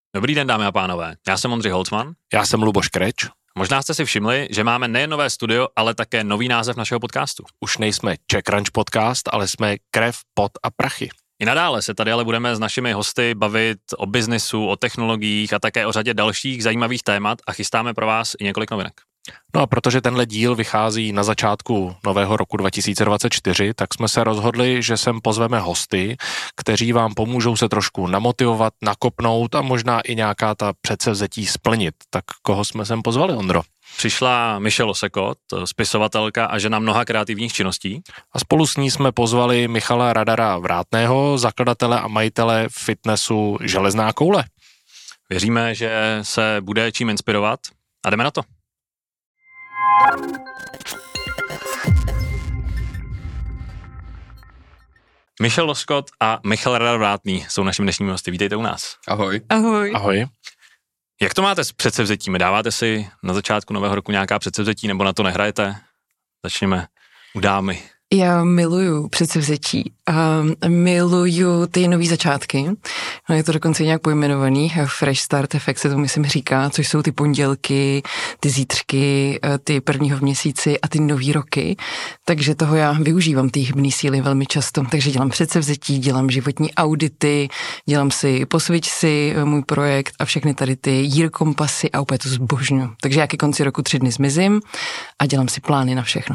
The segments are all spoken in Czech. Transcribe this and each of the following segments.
Dobrý den, dámy a pánové. Já jsem Ondřej Holcman. Já jsem Luboš Kreč. Možná jste si všimli, že máme nejen nové studio, ale také nový název našeho podcastu. Už nejsme Czech Ranch podcast, ale jsme Krev, pot a prachy. I nadále se tady ale budeme s našimi hosty bavit o biznisu, o technologiích a také o řadě dalších zajímavých témat a chystáme pro vás i několik novinek. No a protože tenhle díl vychází na začátku nového roku 2024, tak jsme se rozhodli, že sem pozveme hosty, kteří vám pomůžou se trošku namotivovat, nakopnout a možná i nějaká ta předsevzetí splnit. Tak koho jsme sem pozvali, Ondro? Přišla Michelle Osekot, spisovatelka a žena mnoha kreativních činností. A spolu s ní jsme pozvali Michala Radara Vrátného, zakladatele a majitele fitnessu Železná koule. Věříme, že se bude čím inspirovat a jdeme na to. Michelle Osekot a Michal Radar Vrátný jsou našimi dnešními hosty. Vítejte u nás. Ahoj. Ahoj. Ahoj. Jak to máte s předsevzetími? Dáváte si na začátku nového roku nějaká předsevzetí nebo na to nehrajete? Začněme u dámy. Já miluju předsevzetí a miluju ty nový začátky. No, je to dokonce nějak pojmenovaný, fresh start effect se to myslím říká, což jsou ty pondělky, ty zítřky, ty prvního v měsíci a ty nový roky. Takže toho já využívám, ty hybný síly velmi často. Takže dělám předsevzetí, dělám životní audity, dělám si posviť si můj projekt a všechny tady ty year kompasy a úplně to zbožňuji. Takže já ke konci roku 3 dny zmizím a dělám si plány na všechno.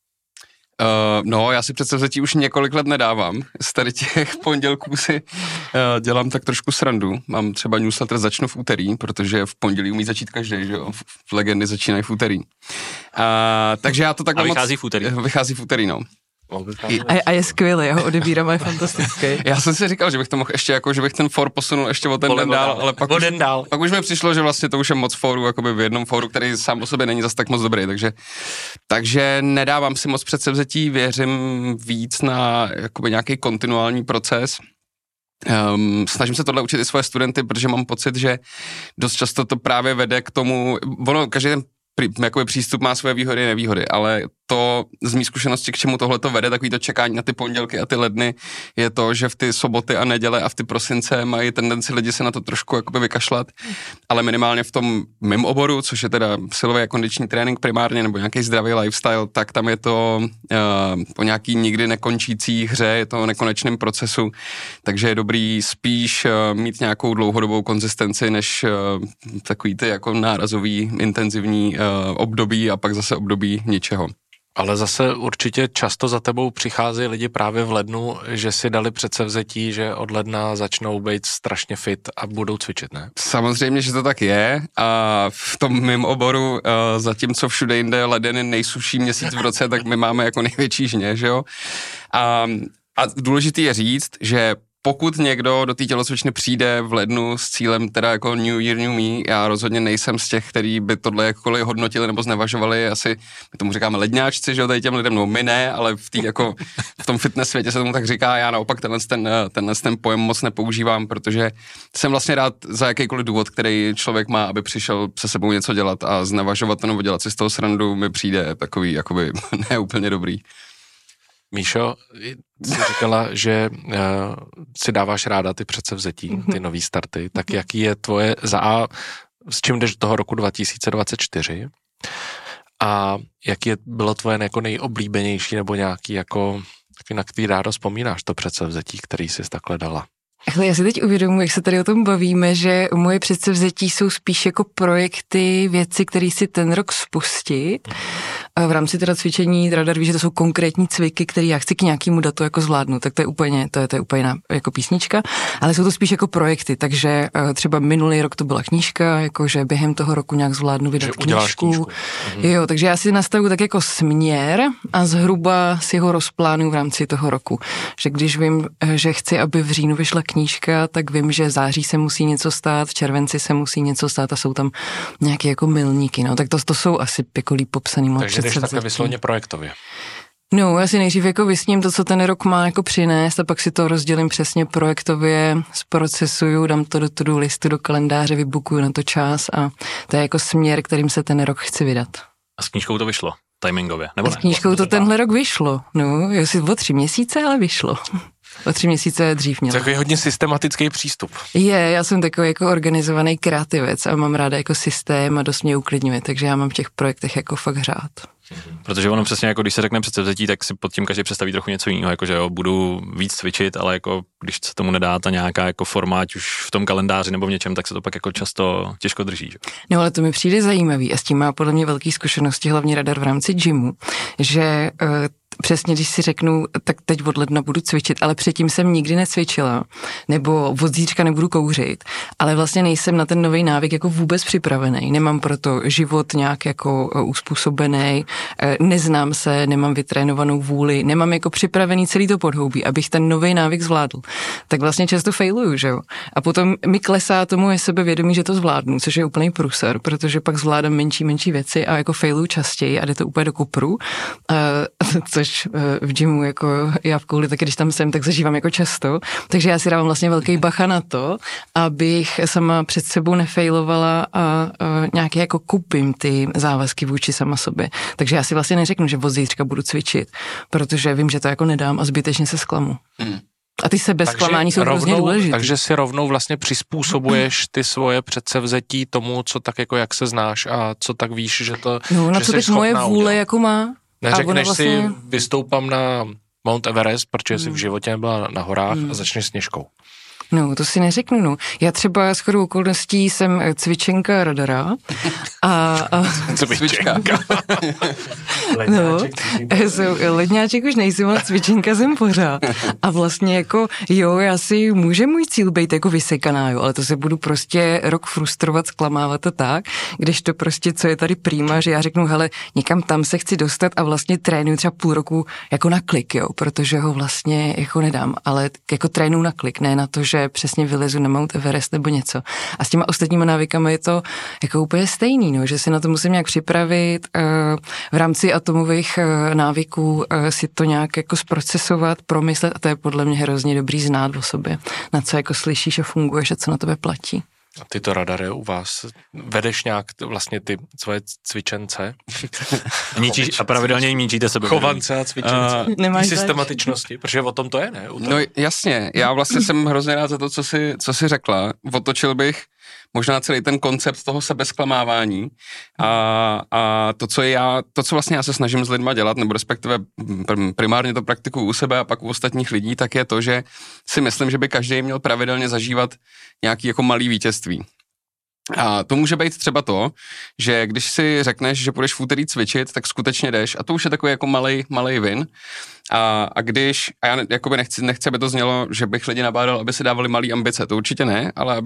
No, já si předsevzetí už několik let nedávám. Z tady těch pondělků si dělám tak trošku srandu. Mám třeba newsletter začnu v úterý, protože v pondělí umí začít každý, že jo? V legendy začínají v úterý. Takže já to takhle a vychází v úterý. Vychází v úterý, no. A je skvělý, já ho odebírám, je fantastický. Já jsem si říkal, že bych to mohl ještě jako, že bych ten for posunul ještě o ten den dál, ale pak už mi přišlo, že vlastně to už je moc forů, jakoby v jednom foru, který sám o sobě není zas tak moc dobrý, takže nedávám si moc předsevzetí, věřím víc na jakoby nějaký kontinuální proces. Snažím se tohle učit i svoje studenty, protože mám pocit, že dost často to právě vede k tomu, každý ten jakoby přístup má svoje výhody a nevýhody, ale to z mý zkušenosti, k čemu tohle to vede, takový to čekání na ty pondělky a ty ledny, je to, že v ty soboty a neděle a v ty prosince mají tendenci lidi se na to trošku jakoby vykašlat, ale minimálně v tom mém oboru, což je teda silový a kondiční trénink primárně, nebo nějaký zdravý lifestyle, tak tam je to po nějaký nikdy nekončící hře, je to o nekonečném procesu, takže je dobrý spíš mít nějakou dlouhodobou konzistenci, než takový ty jako nárazový, intenzivní období a pak zase období ničeho. Ale zase určitě často za tebou přichází lidi právě v lednu, že si dali předsevzetí, že od ledna začnou být strašně fit a budou cvičit, ne? Samozřejmě, že to tak je a v tom mém oboru, zatímco všude jinde leden je nejsušší měsíc v roce, tak my máme jako největší žně, že jo? A důležitý je říct, že pokud někdo do té tělocvičny přijde v lednu s cílem teda jako New Year, New Me, já rozhodně nejsem z těch, který by tohle jakkoliv hodnotili nebo znevažovali, asi my tomu říkáme ledňáčci, že jo, tady těm lidem, no my ne, ale v tom fitness světě se tomu tak říká, já naopak ten pojem moc nepoužívám, protože jsem vlastně rád za jakýkoliv důvod, který člověk má, aby přišel se sebou něco dělat a znevažovat to nebo dělat si z toho srandu, mi přijde takový jakoby ne úplně dobrý. Míšo, jsi říkala, že si dáváš ráda ty předsevzetí, ty nový starty, tak jaký je tvoje s čím jdeš do toho roku 2024 a jaký bylo tvoje jako nejoblíbenější nebo nějaký jako, na který rádo vzpomínáš to předsevzetí, který jsi takhle dala? Já si teď uvědomuji, jak se tady o tom bavíme, že moje předsevzetí jsou spíš jako projekty, věci, které si ten rok spustit. A v rámci teda cvičení Radar ví, že to jsou konkrétní cviky, které já chci k nějakému datu jako zvládnout, tak to je úplně jako písnička, ale jsou to spíš jako projekty, takže třeba minulý rok to byla knížka, jakože během toho roku nějak zvládnu vydat knížku. Jo, takže já si nastavu tak jako směr a zhruba si ho rozplánuju v rámci toho roku. Že když vím, že chci, aby v říjnu vyšla knížka, tak vím, že v září se musí něco stát, v červenci se musí něco stát a jsou tam nějaké jako milníky, no, tak to jsou asi jako líp popsaný moc. Takže jdeš takhle vyslovně projektově. No, já si nejdřív jako vysním to, co ten rok má jako přinést a pak si to rozdělím přesně projektově, zprocesuju, dám to do to-do listu, do kalendáře, vybukuju na to čas a to je jako směr, kterým se ten rok chci vydat. A s knížkou to vyšlo? Timingově, nebo ne? S knížkou to tenhle rok vyšlo, no, asi o 3 měsíce, ale vyšlo. O 3 měsíce dřív měla. Takový hodně systematický přístup. Já jsem takový jako organizovaný kreativec a mám ráda jako systém a dost mě uklidňuje, takže já mám v těch projektech jako fakt řád. Protože ono přesně jako když se řekne předsevzetí, tak si pod tím každý představí trochu něco jiného, jako že jo, budu víc cvičit, ale jako když se tomu nedá ta nějaká jako forma, ať už v tom kalendáři nebo v něčem, tak se to pak jako často těžko drží. Že? No ale to mi přijde zajímavý a s tím má podle mě velký zkušenosti hlavně Radar v rámci gymu, že přesně, když si řeknu, tak teď od ledna budu cvičit, ale předtím jsem nikdy necvičila, nebo od zítřka nebudu kouřit, ale vlastně nejsem na ten nový návyk jako vůbec připravený, nemám proto život nějak jako uspůsobený, neznám se, nemám vytrénovanou vůli, nemám jako připravený celý to podhoubí, abych ten nový návyk zvládl. Tak vlastně často failuju, že jo? A potom mi klesá tomu je sebevědomí, že to zvládnu, což je úplný průser, protože pak zvládám menší věci a jako failuju častěji a jde to úplně do kupru, což v gymu, jako já v kouli, taky když tam jsem, tak zažívám jako často, takže já si dávám vlastně velký bacha na to, abych sama před sebou nefailovala a nějaké jako kupím ty závazky vůči sama sobě. Takže já si vlastně neřeknu, že od zítřka budu cvičit, protože vím, že to jako nedám a zbytečně se zklamu. A ty sebezklamání jsou hrozně důležité. Takže si rovnou vlastně přizpůsobuješ ty svoje předsevzetí tomu, co tak jako jak se znáš a co tak víš, že to no, na co teď moje vůle udělat. Jako má. Neřekneš vlastně si, vystoupám na Mount Everest, protože jsi v životě nebyla na horách a začneš Sněžkou. No, to si neřeknu, no. Já třeba shodou okolností jsem cvičenka Radara a cvičenka. Ledňáček už nejsem, ale cvičenka jsem pořád. A vlastně jako, jo, já si může můj cíl být jako vysekaná, jo, ale to se budu prostě rok frustrovat, zklamávat a tak, když to prostě, co je tady prima, že já řeknu, hele, někam tam se chci dostat a vlastně trénuju třeba půl roku jako na klik, jo, protože ho vlastně jako nedám, ale jako trénuju na klik, ne na to, že přesně vylezu na Mount Everest nebo něco. A s těma ostatníma návykama je to jako úplně stejný, no, že si na to musím nějak připravit, v rámci atomových návyků si to nějak jako zprocesovat, promyslet a to je podle mě hrozně dobrý znát o sobě, na co jako slyšíš a funguješ a co na tebe platí. A ty to, Radare, u vás vedeš nějak vlastně ty svoje cvičence? A pravidelně jim ničíte sebe. Chovance a cvičence. Nemáš systematičnosti, protože o tom to je, ne? No jasně, já vlastně jsem hrozně rád za to, co jsi řekla. Otočil bych možná celý ten koncept toho sebezklamávání a to, co vlastně já se snažím s lidma dělat, nebo respektive primárně to praktikuju u sebe a pak u ostatních lidí, tak je to, že si myslím, že by každý měl pravidelně zažívat nějaký jako malý vítězství. A to může být třeba to, že když si řekneš, že půjdeš v úterý cvičit, tak skutečně jdeš a to už je takový jako malej win. A já jakoby nechci, aby to znělo, že bych lidi nabádal, aby si dávali malý ambice, to určitě ne, ale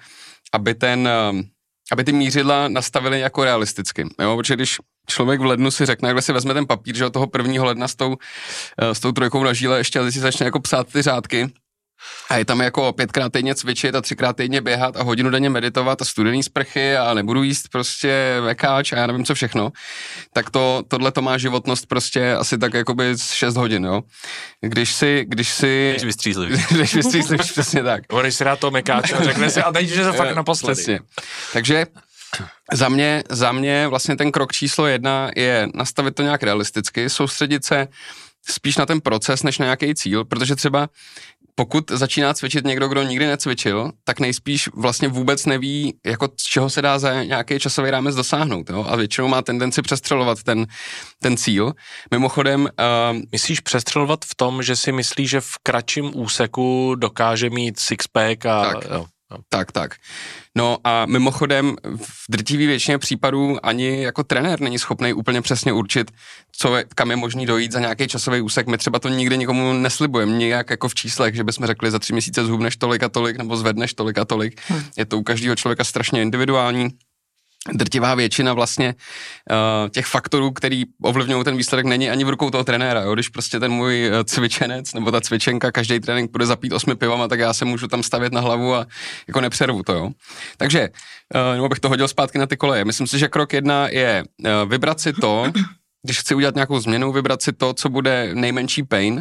aby ty mířidla nastavili jako realisticky. Jo? Protože když člověk v lednu si řekne, jak si vezme ten papír, že od toho 1. ledna s tou trojkou na žíle ještě a si začne jako psát ty řádky, a je tam jako 5krát týdně cvičit a 3krát týdně běhat a hodinu denně meditovat a studený sprchy a nebudu jíst prostě mekáč a já nevím co všechno, tak tohle to má životnost prostě asi tak jakoby 6 hodin, jo. Když vystřízlivíš, přesně tak. Když si dá to mekáč a řekne si a teď, že to fakt naposledy. Vlastně. Takže za mě vlastně ten krok číslo 1 je nastavit to nějak realisticky, soustředit se spíš na ten proces, než na nějaký cíl, protože třeba pokud začíná cvičit někdo, kdo nikdy necvičil, tak nejspíš vlastně vůbec neví, jako z čeho se dá za nějaký časový rámec dosáhnout, jo? A většinou má tendenci přestřelovat ten cíl. Mimochodem... Myslíš přestřelovat v tom, že si myslí, že v kratším úseku dokáže mít sixpack a... Tak. No a mimochodem v drtivé většině případů ani jako trenér není schopný úplně přesně určit, kam je možný dojít za nějaký časový úsek. My třeba to nikdy nikomu neslibujeme, nějak jako v číslech, že bychom řekli za 3 měsíce zhubneš tolik a tolik, nebo zvedneš tolik a tolik. Je to u každého člověka strašně individuální. Drtivá většina vlastně těch faktorů, který ovlivňují ten výsledek, není ani v rukou toho trenéra. Jo? Když prostě ten můj cvičenec nebo ta cvičenka každý trénink bude zapít 8 pivama, tak já se můžu tam stavět na hlavu a jako nepřervu to. Jo? Takže, nebo bych to hodil zpátky na ty koleje. Myslím si, že krok 1 je vybrat si to, když chci udělat nějakou změnu, vybrat si to, co bude nejmenší pain,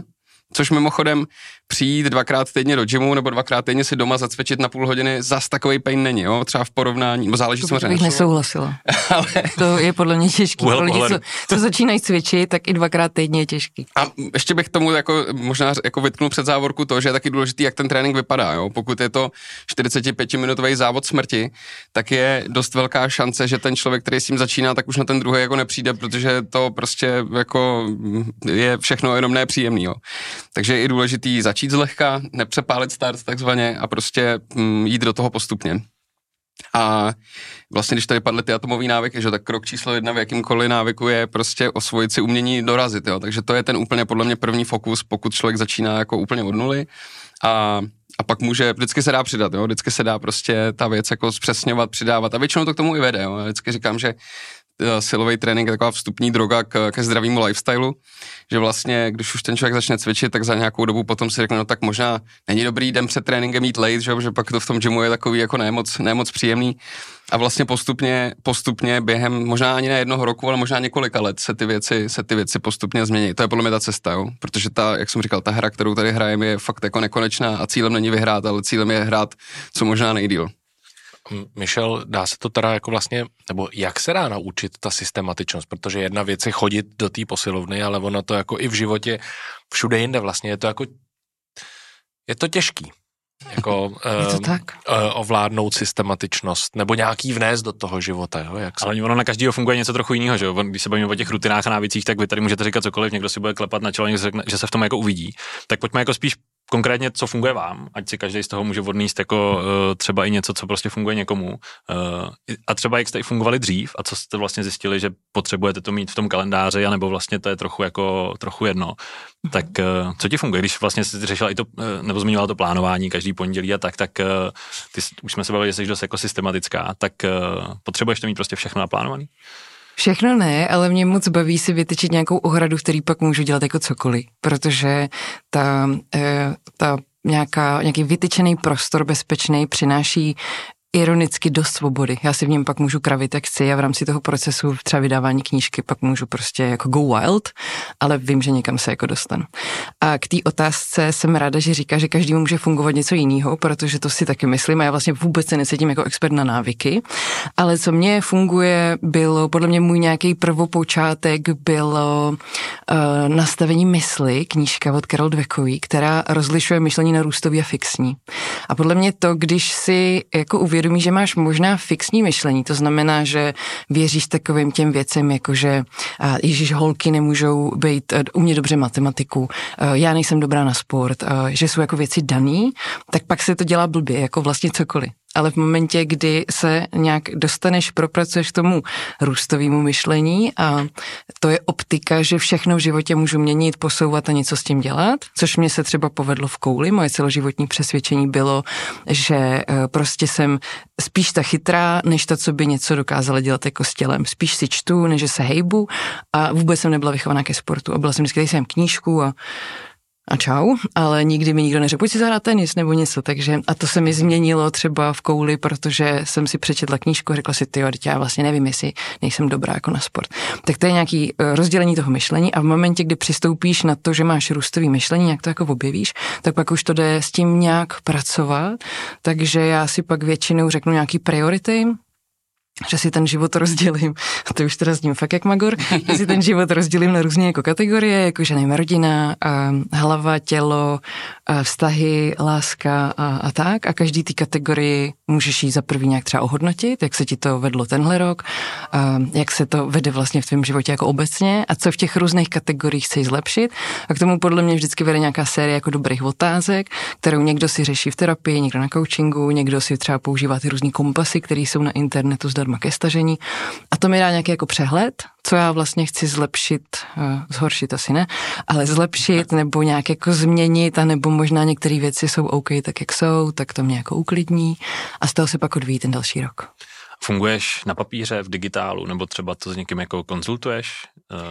Což mimochodem přijít 2x týdně do gymu nebo 2x týdně si doma zacvičit na půl hodiny zas takovej pain není, jo? Třeba v porovnání, nebo záleží samozřejmě. To bych nesouhlasila. Ale... To je podle mě těžký. Pro lidi, co začínají cvičit, tak i 2x týdně je těžký. A ještě bych tomu jako možná jako vytknul před závorku to, že je taky důležitý, jak ten trénink vypadá, jo? Pokud je to 45-minutový závod smrti, tak je dost velká šance, že ten člověk, který s tím začíná, tak už na ten druhý jako nepřijde, protože to prostě jako je všechno jenom nepříjemný, jo? Takže je i důležitý začít zlehka, nepřepálit start takzvaně a prostě jít do toho postupně. A vlastně, když tady padly ty atomové návyky, že tak krok číslo 1 v jakýmkoliv návyku je prostě osvojit si umění dorazit, jo. Takže to je ten úplně podle mě první fokus, pokud člověk začíná jako úplně od nuly a pak může, vždycky se dá přidat, jo. Vždycky se dá prostě ta věc jako zpřesňovat, přidávat a většinou to k tomu i vede, jo. Já vždycky říkám, že silový trénink je taková vstupní droga ke zdravému lifestylu, že vlastně, když už ten člověk začne cvičit, tak za nějakou dobu potom si řekne, no tak možná není dobrý den před tréninkem jít late, že pak to v tom gymu je takový jako nemoc příjemný a vlastně postupně během možná ani ne jednoho roku, ale možná několika let se ty věci postupně změní. To je podle mě ta cesta, jo? Protože ta, jak jsem říkal, ta hra, kterou tady hrajeme, je fakt jako nekonečná a cílem není vyhrát, ale cílem je hrát co možná nejdýl. Michel, dá se to teda jako vlastně, nebo jak se dá naučit ta systematičnost, protože jedna věc je chodit do té posilovny, ale ono to jako i v životě všude jinde vlastně je to těžký. Jako je to tak? Ovládnout systematičnost, nebo nějaký vnést do toho života. Jo? Ale ono na každého funguje něco trochu jiného, že jo? Když se bavíme o těch rutinách a návicích, tak vy tady můžete říkat cokoliv, někdo si bude klepat na čelo, někdo řekne, že se v tom jako uvidí. Tak pojďme jako spíš konkrétně, co funguje vám, ať si každý z toho může odníst jako třeba i něco, co prostě funguje někomu. A třeba jak jste i fungovali dřív a co jste vlastně zjistili, že potřebujete to mít v tom kalendáři, anebo vlastně to je trochu jedno. Tak co ti funguje, když vlastně jsi řešila i to, nebo zmiňovala to plánování každý pondělí a tak ty už jsme se bavili, že jsi dost jako systematická, tak potřebuješ to mít prostě všechno naplánovaný? Všechno ne, ale mě moc baví si vytyčit nějakou ohradu, který pak můžu dělat jako cokoliv, protože nějaký vytyčený prostor bezpečný přináší ironicky dost svobody. Já si v něm pak můžu kravit, jak chci a v rámci toho procesu třeba vydávání knížky pak můžu prostě jako go wild, ale vím, že někam se jako dostanu. A k té otázce jsem ráda, že říká, že každému může fungovat něco jiného, protože to si taky myslím a já vlastně vůbec se necítím jako expert na návyky, ale co mě funguje, bylo podle mě můj nějaký prvopočátek bylo nastavení mysli, knížka od Carol Dweckový, která rozlišuje myšlení na růstový a fixní. A podle mě to, když si jako uvědomí, že máš možná fixní myšlení, to znamená, že věříš takovým těm věcem, jako že ježiš, holky nemůžou umět dobře matematiku, já nejsem dobrá na sport, že jsou jako věci daný, tak pak se to dělá blbě, jako vlastně cokoliv. Ale v momentě, kdy se nějak dostaneš, propracuješ k tomu růstovému myšlení a to je optika, že všechno v životě můžu měnit, posouvat a něco s tím dělat, což mě se třeba povedlo v kouli. Moje celoživotní přesvědčení bylo, že prostě jsem spíš ta chytrá, než ta, co by něco dokázala dělat jako s tělem. Spíš si čtu, než že se hejbu a vůbec jsem nebyla vychovaná ke sportu. A byla jsem vždycky, tady jsem knížku a čau, ale nikdy mi nikdo neřekl, pojď si zahrát tenis nebo něco, takže a to se mi změnilo třeba v kouli, protože jsem si přečetla knížku a řekla si, tyjo, já vlastně nevím, jestli nejsem dobrá jako na sport. Tak to je nějaký rozdělení toho myšlení a v momentě, kdy přistoupíš na to, že máš růstový myšlení, jak to jako objevíš, tak pak už to jde s tím nějak pracovat, takže já si pak většinou řeknu nějaký priority, že si ten život rozdělím, to už teda zním fakt jak magor, že si ten život rozdělím na různé jako kategorie, jako že nevím, rodina, hlava, tělo, vztahy, láska a tak a každý ty kategorii můžeš jí za první nějak třeba ohodnotit, jak se ti to vedlo tenhle rok, jak se to vede vlastně v tvém životě jako obecně a co v těch různých kategoriích chceš zlepšit a k tomu podle mě vždycky vede nějaká série jako dobrých otázek, kterou někdo si řeší v terapii, někdo na coachingu, někdo si třeba používá ty různý kompasy, které jsou na internetu zdarma ke stažení a to mi dá nějaký jako přehled, co já vlastně chci zlepšit, zhoršit asi ne, ale zlepšit nebo nějak jako změnit a nebo možná některé věci jsou OK tak, jak jsou, tak to mě jako uklidní a z toho se pak odvíjí ten další rok. Funguješ na papíře, v digitálu, nebo třeba to s někým jako konzultuješ?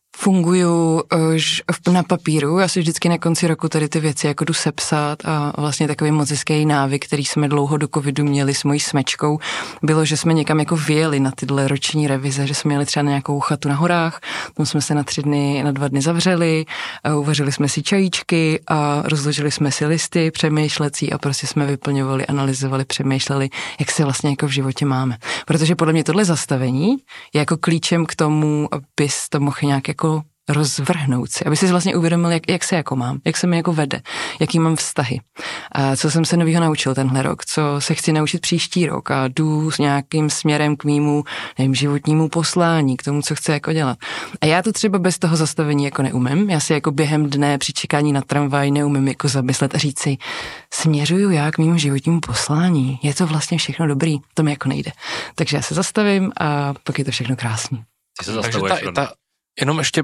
funguju na papíru, já si vždycky na konci roku tady ty věci jako jdu sepsat a vlastně takový moc hezký návyk, který jsme dlouho do covidu měli s mojí smečkou, bylo, že jsme někam jako vyjeli na tyhle roční revize, že jsme jeli třeba na nějakou chatu na horách, tam jsme se na 2 dny zavřeli, uvařili jsme si čajíčky a rozložili jsme si listy přemýšlecí a prostě jsme vyplňovali, analyzovali, přemýšleli, jak se vlastně jako v životě máme. Protože podle mě tohle zastavení je jako klíčem k tomu, abys to mohl nějak jako rozvrhnout si, aby si vlastně uvědomil, jak se jako mám, jak se mi jako vede, jaký mám vztahy. A co jsem se novýho naučil tenhle rok, co se chci naučit příští rok a jdu s nějakým směrem k mému, nevím, životnímu poslání, k tomu, co chci jako dělat. A já to třeba bez toho zastavení jako neumím. Já si jako během dne při čekání na tramvaj neumím jako zamyslet a říct si, směřuju já k mému životnímu poslání. Je to vlastně všechno dobrý? To mi jako nejde. Takže já se zastavím a pak je to všechno krásný. Ty se zastavuješ. Jenom ještě,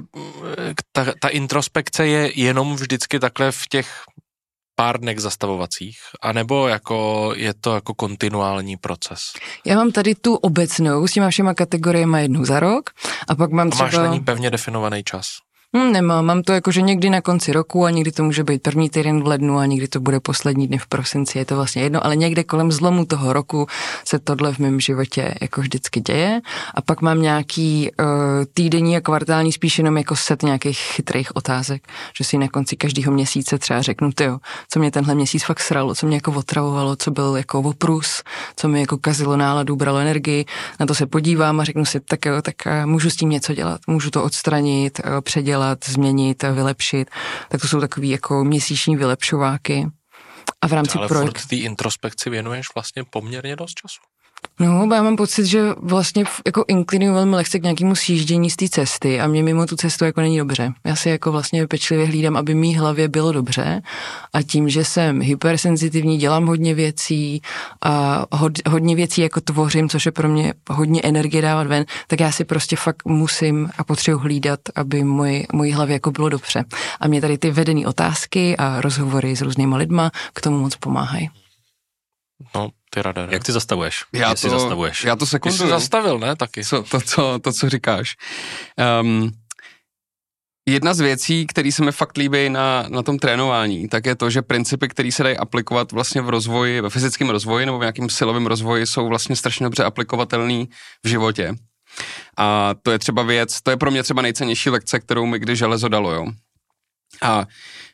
ta introspekce je jenom vždycky takhle v těch pár dnech zastavovacích, anebo jako je to jako kontinuální proces? Já mám tady tu obecnou s těma všema kategoriemi jednou za rok a pak mám třeba... A máš na ní pevně definovaný čas? Nemám, mám to jakože někdy na konci roku a někdy to může být první týden v lednu a někdy to bude poslední dny v prosinci, je to vlastně jedno, ale někde kolem zlomu toho roku se tohle v mém životě jako vždycky děje a pak mám nějaký týdenní a kvartální spíš jenom jako set nějakých chytrých otázek, že si na konci každého měsíce třeba řeknu, tyjo, co mě tenhle měsíc fakt sralo, co mě jako otravovalo, co byl jako oprus, co mi jako kazilo náladu, bralo energii, na to se podívám a řeknu si, tak jo, tak můžu s tím něco dělat, můžu to odstranit, předělat, změnit, vylepšit, tak to jsou takový jako měsíční vylepšováky. A v rámci ale projektu... furt té introspekci věnuješ vlastně poměrně dost času. No, já mám pocit, že vlastně jako inklinuju velmi lehce k nějakému sjíždění z té cesty a mě mimo tu cestu jako není dobře. Já si jako vlastně pečlivě hlídám, aby mý hlavě bylo dobře a tím, že jsem hypersenzitivní, dělám hodně věcí a hodně věcí jako tvořím, což je pro mě hodně energie dávat ven, tak já si prostě fakt musím a potřebuji hlídat, aby mojí hlavě jako bylo dobře. A mě tady ty vedené otázky a rozhovory s různýma lidma k tomu moc pomáhají. No, ty radar. Jak ty zastavuješ? Já to sekunduju. Ty jsi zastavil, ne? Taky. To, co říkáš. Jedna z věcí, které se mi fakt líbí na tom trénování, tak je to, že principy, které se dají aplikovat vlastně v rozvoji, ve fyzickém rozvoji nebo v nějakém silovém rozvoji, jsou vlastně strašně dobře aplikovatelný v životě. A to je třeba věc, to je pro mě třeba nejcennější lekce, kterou mi kdy železo dalo, jo. A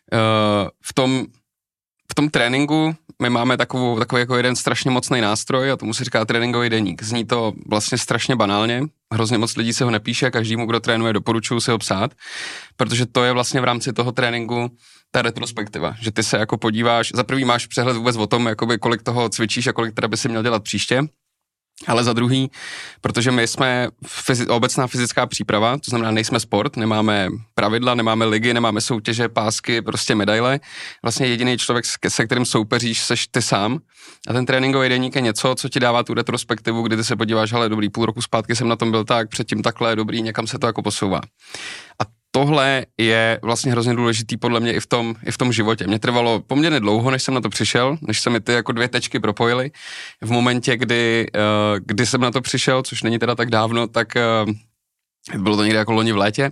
v tom tréninku my máme takový jako jeden strašně mocný nástroj a tomu se říká tréninkový deník. Zní to vlastně strašně banálně, hrozně moc lidí se ho nepíše, každému, kdo trénuje, doporučuju si ho psát, protože to je vlastně v rámci toho tréninku ta retrospektiva, že ty se jako podíváš, za prvý máš přehled vůbec o tom, jakoby kolik toho cvičíš a kolik teda by si měl dělat příště, ale za druhý, protože my jsme obecná fyzická příprava, to znamená nejsme sport, nemáme pravidla, nemáme ligy, nemáme soutěže, pásky, prostě medaile. Vlastně jediný člověk, se kterým soupeříš, seš ty sám. A ten tréninkový deník je něco, co ti dává tu retrospektivu, kdy ty se podíváš, hele, dobrý, půl roku zpátky jsem na tom byl tak, předtím takhle, dobrý, někam se to jako posouvá. A tohle je vlastně hrozně důležitý podle mě i v tom životě. Mě trvalo poměrně dlouho, než jsem na to přišel, než se mi ty jako 2 tečky propojily. V momentě, kdy jsem na to přišel, což není teda tak dávno, tak bylo to někde jako loni v létě,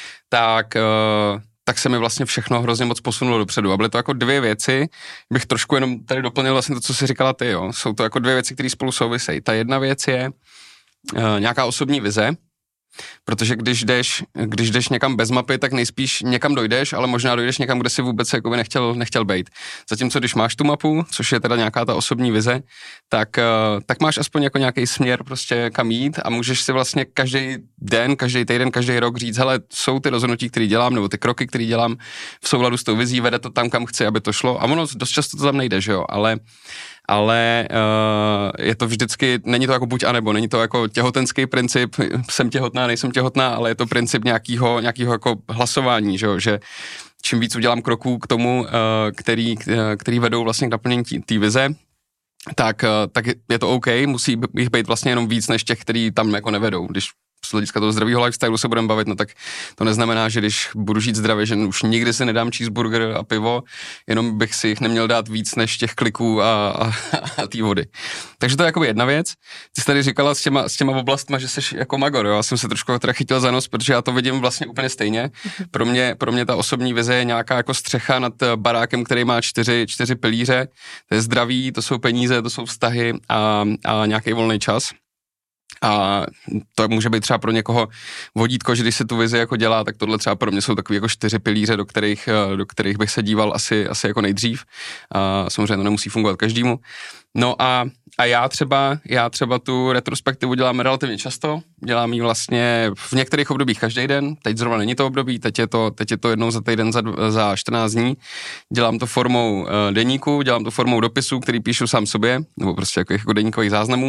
tak se mi vlastně všechno hrozně moc posunulo dopředu. A byly to jako 2 věci, bych trošku jenom tady doplnil vlastně to, co jsi říkala ty, jo. Jsou to jako 2 věci, které spolu souvisejí. Ta jedna věc je nějaká osobní vize, protože když jdeš někam bez mapy, tak nejspíš někam dojdeš, ale možná dojdeš někam, kde si vůbec jakoby nechtěl být. Zatímco když máš tu mapu, což je teda nějaká ta osobní vize, tak máš aspoň jako nějaký směr prostě kam jít a můžeš si vlastně každý den, každý týden, každý rok říct, hele, jsou ty rozhodnutí, které dělám, nebo ty kroky, které dělám v souladu s tou vizí, vede to tam, kam chci, aby to šlo. A ono dost často to tam nejde, že jo, ale je to vždycky, není to jako buď a nebo, není to jako těhotenský princip, jsem těhotná, nejsem těhotná, ale je to princip nějakého jako hlasování, že čím víc udělám kroků k tomu, který vedou vlastně k naplnění té vize, tak je to OK, musí jich být vlastně jenom víc než těch, který tam jako nevedou. Když z hlediska toho zdravého lifestylu se budeme bavit, no tak to neznamená, že když budu žít zdravě, že už nikdy si nedám cheeseburger a pivo, jenom bych si jich neměl dát víc než těch kliků a té vody. Takže to je jakoby jedna věc. Ty jsi tady říkala s těma oblastma, že jsi jako magor, jo? Já jsem se trošku teda chytil za nos, protože já to vidím vlastně úplně stejně. Pro mě ta osobní vize je nějaká jako střecha nad barákem, který má 4 pilíře. To je zdraví, to jsou peníze, to jsou vztahy a nějaký volný čas. A to může být třeba pro někoho vodítko, že když se tu vizi jako dělá, tak tohle třeba pro mě jsou takový jako 4 pilíře, do kterých bych se díval asi jako nejdřív. A samozřejmě to nemusí fungovat každému. No a já třeba tu retrospektivu dělám relativně často, dělám ji vlastně v některých obdobích každý den, teď zrovna není to období, teď je to jednou za týden za 14 dní, dělám to formou deníku, dělám to formou dopisů, který píšu sám sobě, nebo prostě jako deníkových záznamů.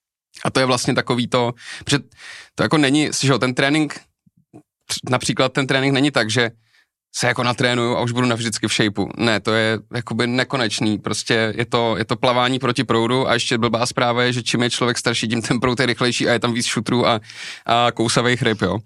A to je vlastně takový to, protože to jako není, že ten trénink, například ten trénink není tak, že se jako natrénuju a už budu navždycky v shapeu. Ne, to je jakoby nekonečný, prostě je to plavání proti proudu a ještě blbá zpráva je, že čím je člověk starší, tím ten proud je rychlejší a je tam víc šutrů a kousavých ryb, jo.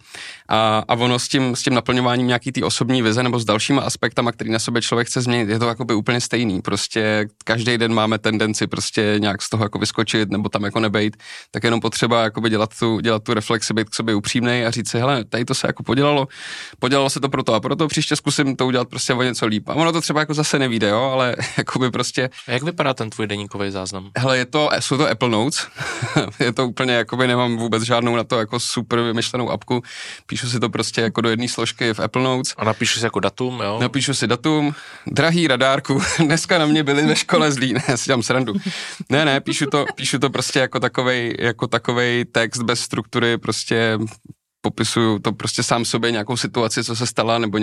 A ono s tím naplňováním nějaký ty osobní vize nebo s dalšíma aspektama, který na sobě člověk chce změnit, je to jakoby úplně stejný. Prostě každý den máme tendenci prostě nějak z toho jako vyskočit nebo tam jako nebejt, tak jenom potřeba jakoby dělat tu reflexi, být k sobě upřímnej a říct si, hele, tady to se jako podělalo se to proto a proto, příště zkusím to udělat prostě o něco líp. A ono to třeba jako zase nevíde, jo, ale jakoby prostě. A jak vypadá ten tvůj deníkový záznam? Hele, jsou to Apple Notes. Je to úplně jakoby nemám vůbec žádnou na to jako super vymyšlenou apku. Píšu si to prostě jako do jedné složky v Apple Notes. A napíšu si jako datum, jo? Napíšu si datum. Drahý radárku, dneska na mě byli ve škole zlí. Ne, si dělám srandu. Ne, píšu to prostě jako takovej text bez struktury, prostě popisuju to prostě sám sobě nějakou situaci, co se stala, nebo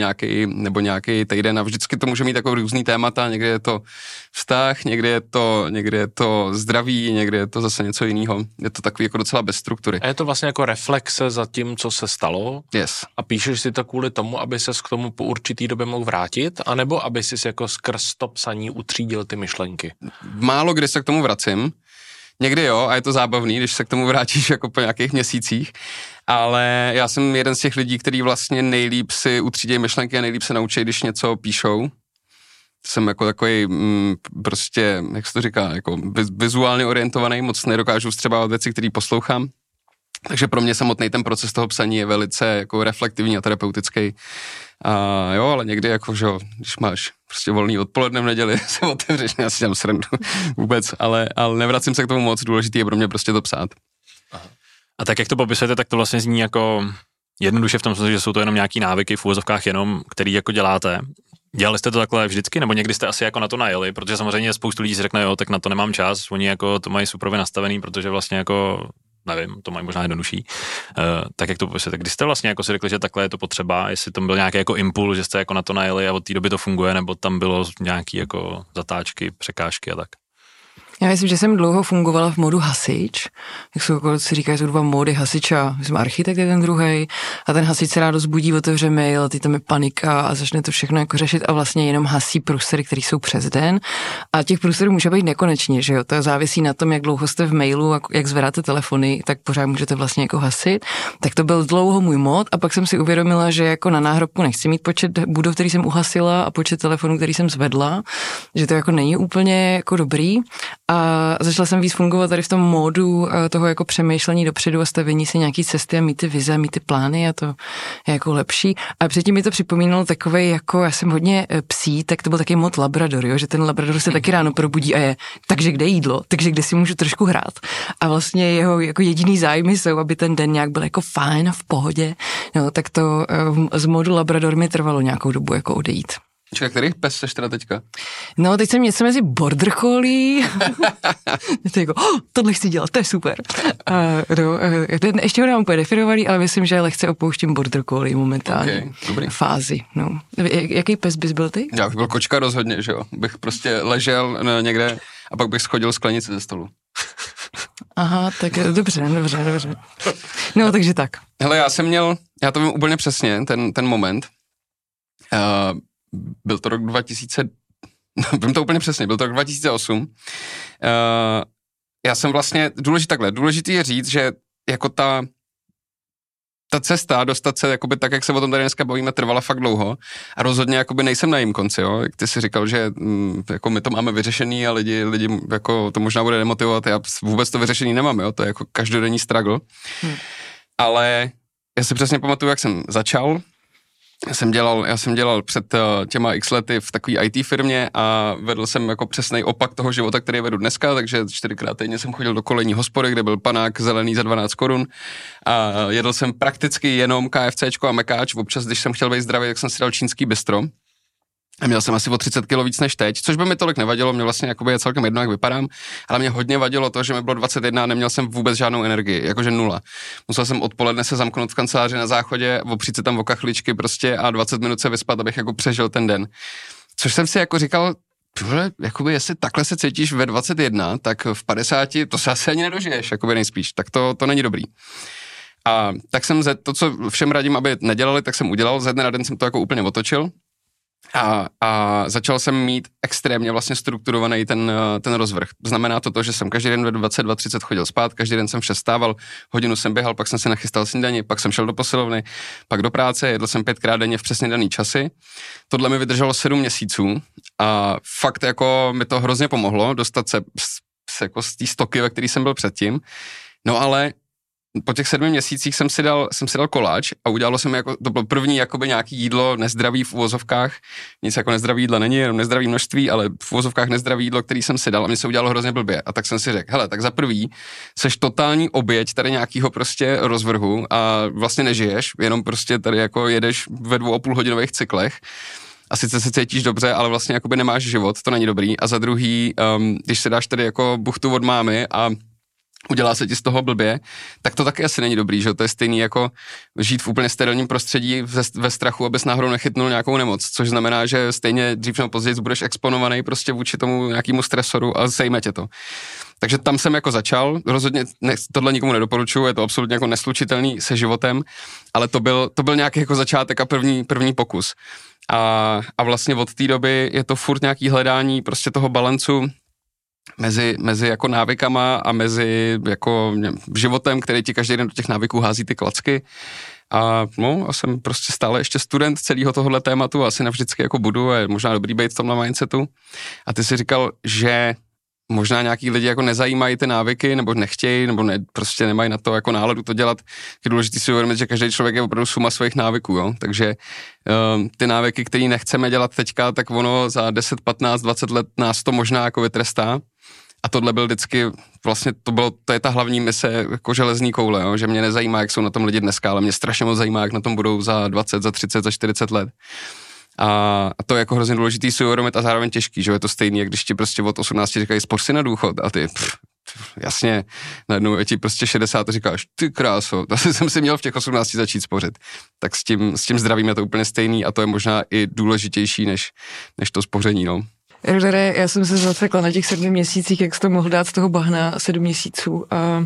nějaký týden a vždycky to může mít jako různý témata, někdy je to vztah, někdy je to zdraví, někdy je to zase něco jiného. Je to takový jako docela bez struktury. A je to vlastně jako reflexe za tím, co se stalo? Yes. A píšeš si to kvůli tomu, aby ses k tomu po určitý době mohl vrátit, anebo aby si jako skrz to psaní utřídil ty myšlenky? Málo kdy se k tomu vracím. Někdy jo, a je to zábavný, když se k tomu vrátíš jako po nějakých měsících, ale já jsem jeden z těch lidí, který vlastně nejlíp si utřídějí myšlenky a nejlíp se naučí, když něco píšou. Jsem jako takový prostě, jak se to říká, jako vizuálně orientovaný, moc nedokážu vstřebávat věci, které poslouchám. Takže pro mě samotný ten proces toho psaní je velice jako reflektivní a terapeutický. A jo, ale někdy jako, že jo, když máš prostě volný odpoledne v neděli, se otevřeš, já si dělám srandu vůbec, ale nevracím se k tomu moc, důležitý je pro mě prostě to psát. Aha. A tak jak to popisujete, tak to vlastně zní jako jednoduše v tom smyslu, že jsou to jenom nějaký návyky v úvozovkách jenom, který jako děláte. Dělali jste to takhle vždycky, nebo někdy jste asi jako na to najeli, protože samozřejmě spoustu lidí si řekne, jo, tak na to nemám čas, oni jako to mají super nastavený, protože vlastně jako nevím, to mají možná jednodušší. Tak jak to popisujete, kdy jste vlastně jako si řekli, že takhle je to potřeba, jestli tam byl nějaký jako impuls, že jste jako na to najeli a od té doby to funguje, nebo tam bylo nějaký jako zatáčky, překážky a tak? Já myslím, že jsem dlouho fungovala v modu hasič, jak jsou, jako si říkají, jsou dva módy hasiča, myslím architekt je ten druhej a ten hasič se rádo zbudí, otevře mail a ty tam je panika a začne to všechno jako řešit a vlastně jenom hasí průsery, které jsou přes den a těch průserů může být nekonečně, že jo, to závisí na tom, jak dlouho jste v mailu a jak zvedáte telefony, tak pořád můžete vlastně jako hasit, tak to byl dlouho můj mod a pak jsem si uvědomila, že jako na náhrobku nechci mít počet budov, který jsem uhasila a počet telefonů, který jsem zvedla, že to jako není úplně jako dobrý. A začala jsem víc fungovat tady v tom módu toho jako přemýšlení dopředu a stavění si nějaký cesty a mít ty vize, mít ty plány a to je jako lepší. A předtím mi to připomínalo takovej, jako já jsem hodně psí, tak to byl taky mod Labrador, jo? Že ten Labrador se taky ráno probudí a je, takže kde jídlo, takže kde si můžu trošku hrát. A vlastně jeho jako jediný zájmy jsou, aby ten den nějak byl jako fajn a v pohodě. No, tak to z modu Labrador mi trvalo nějakou dobu jako odejít. Čekaj, který pes seš teda teďka? No, teď jsem něco mezi border collie. To jako, tohle chci dělat, to je super. Ještě ho nám úplně definovaný, ale myslím, že lehce opouštím border collie momentálně. Okay, fázi. No. Jaký pes bys byl ty? Já bych byl kočka rozhodně, že jo. Bych prostě ležel někde a pak bych schodil sklenici ze stolu. Aha, tak dobře. No, takže tak. Hele, já to vím úplně přesně, ten moment. Byl to rok 2000, vím to úplně přesně, byl to rok 2008. Já jsem vlastně, důležitý je říct, že jako ta cesta dostat se jakoby tak, jak se o tom tady dneska bavíme, trvala fakt dlouho a rozhodně jakoby nejsem na jejím konci, jo. Jak ty si říkal, že jako my to máme vyřešený a lidi jako to možná bude demotivovat, já vůbec to vyřešený nemám, jo, to je jako každodenní struggle. Ale já si přesně pamatuju, jak jsem začal. Já jsem dělal před těma x lety v takové IT firmě a vedl jsem jako přesnej opak toho života, který vedu dneska, takže 4krát týdně jsem chodil do kolejní hospody, kde byl panák zelený za 12 korun a jedl jsem prakticky jenom KFCčko a mekáč, občas, když jsem chtěl být zdravý, tak jsem si dal čínský bistro. A měl jsem asi o 30 kg víc než teď, což by mi tolik nevadilo, mě vlastně jakoby je celkem jedno, jak vypadám, ale mě hodně vadilo to, že mi bylo 21 a neměl jsem vůbec žádnou energii, jakože nula. Musel jsem odpoledne se zamknout v kanceláři na záchodě, opřít se tam o kachličky prostě a 20 minut se vyspat, abych jako přežil ten den. Což jsem si jako říkal, jakoby jestli takhle se cítíš ve 21, tak v 50 to se asi ani nedožiješ, jakoby nejspíš, tak to není dobrý. A tak jsem to, co všem radím, aby nedělali, tak jsem udělal, ze dne na den jsem to jako úplně otočil. A začal jsem mít extrémně vlastně strukturovaný ten rozvrh. Znamená to, že jsem každý den ve 22:30 chodil spát, každý den jsem v 6 stával, hodinu jsem běhal, pak jsem si nachystal snídani, pak jsem šel do posilovny, pak do práce, jedl jsem 5krát denně v přesně daný časy. Tohle mi vydrželo 7 měsíců a fakt jako mi to hrozně pomohlo dostat se jako z té stoky, ve který jsem byl předtím. No ale po těch 7 měsících jsem si dal koláč a udělalo se mi jako, to bylo první jakoby nějaký jídlo nezdravý v uvozovkách, nic jako nezdravý jídla není, jenom nezdravý množství, ale v uvozovkách nezdravý jídlo, který jsem si dal a mně se udělalo hrozně blbě a tak jsem si řekl, hele, tak za prvý seš totální oběť tady nějakýho prostě rozvrhu a vlastně nežiješ, jenom prostě tady jako jedeš ve 2,5 hodinových cyklech. A sice se cítíš dobře, ale vlastně jakoby nemáš život, to není dobrý. A za druhý, když si dáš tady jako buchtu od mámy a udělá se ti z toho blbě, tak to taky asi není dobrý, že to je stejný jako žít v úplně sterilním prostředí ve strachu, abys náhodou nechytnul nějakou nemoc, což znamená, že stejně dřív nebo později budeš exponovaný prostě vůči tomu nějakému stresoru a sejme tě to. Takže tam jsem jako začal, rozhodně tohle nikomu nedoporučuju, je to absolutně jako neslučitelný se životem, ale to byl nějaký jako začátek a první pokus. A vlastně od té doby je to furt nějaký hledání prostě toho balancu mezi jako návykama a mezi jako životem, který ti každý den do těch návyků hází ty klacky. A jsem prostě stále ještě student celého tohohle tématu, asi navždycky jako budu a je možná dobrý být v tomhle mindsetu. A ty si říkal, že možná nějaký lidi jako nezajímají ty návyky, nebo nechtějí, nebo prostě nemají na to jako náladu to dělat. Je důležité si uvědomit, že každý člověk je opravdu suma svých návyků, jo? Takže ty návyky, které nechceme dělat teďka, tak ono za 10, 15, 20 let nás to možná jako vytrestá. A tohle byl vždycky, vlastně to je ta hlavní mise jako železný koule, jo? Že mě nezajímá, jak jsou na tom lidi dneska, ale mě strašně moc zajímá, jak na tom budou za 20, za 30, za 40 let. A to je jako hrozně důležitý si uvědomit a zároveň těžký, že je to stejný, jak když ti prostě od 18 říkají spoř si na důchod a ty, jasně, najednou je ti prostě 60 a říkáš, ty kráso, to jsem si měl v těch 18 začít spořit. Tak s tím zdravím je to úplně stejný a to je možná i důležitější než to spoření, no. Rudere, já jsem se zasekla na těch 7 měsících, jak jsi to mohl dát z toho bahna 7 měsíců a...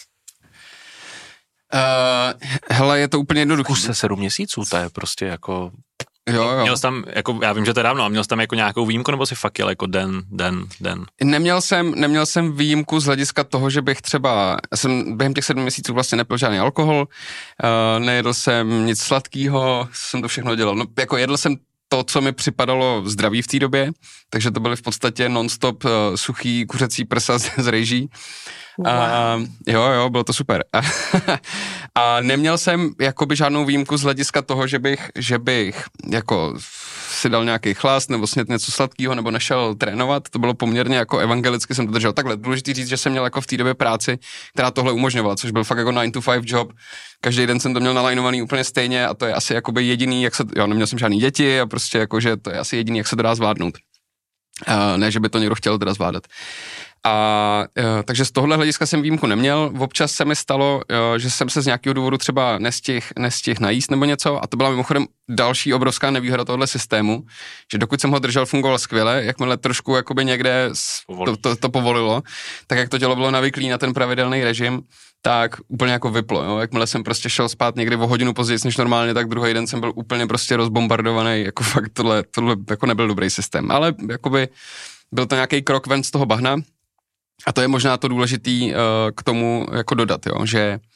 Hele, je to úplně jednoduché. Už se 7 měsíců, to je prostě jako... Jo. Měl jsi tam, jako, já vím, že to je dávno, a měl jsi tam jako nějakou výjimku, nebo si fakt jel jako den? Neměl jsem výjimku z hlediska toho, že bych třeba, já jsem během těch 7 měsíců vlastně nepil žádný alkohol, nejedl jsem nic sladkého, jsem to všechno dělal. No, jako jedl jsem to, co mi připadalo zdravý v té době, takže to byly v podstatě non-stop suchý kuřecí prsa z rejží. Wow. Jo, bylo to super. A neměl jsem jakoby žádnou výjimku z hlediska toho, že bych jako si dal nějaký chlast nebo snět něco sladkého nebo nešel trénovat. To bylo poměrně jako evangelicky jsem to držel. Takhle, důležitý říct, že jsem měl jako v té době práci, která tohle umožňovala, což byl fakt jako 9 to 5 job. Každý den jsem to měl nalajnovaný úplně stejně a to je asi jakoby jediný, neměl jsem žádný děti a prostě jakože to je asi jediný, jak se to dá zvládnout. Ne, že by to někdo chtěl teda zvládat. Takže z tohohle hlediska jsem výjimku neměl. Občas se mi stalo, že jsem se z nějakého důvodu třeba nestihl najíst nebo něco a to byla mimochodem další obrovská nevýhoda tohohle systému, že dokud jsem ho držel, fungoval skvěle, jakmile trošku jakoby někde to povolilo, tak jak to tělo bylo navyklý na ten pravidelný režim, tak úplně jako vyplo, jo. Jakmile jsem prostě šel spát někdy o hodinu později než normálně, tak druhý den jsem byl úplně prostě rozbombardovaný, jako fakt tohle jako nebyl dobrý systém, ale jakoby byl to nějaký krok ven z toho bahna. A to je možná to důležitý k tomu jako dodat, jo, že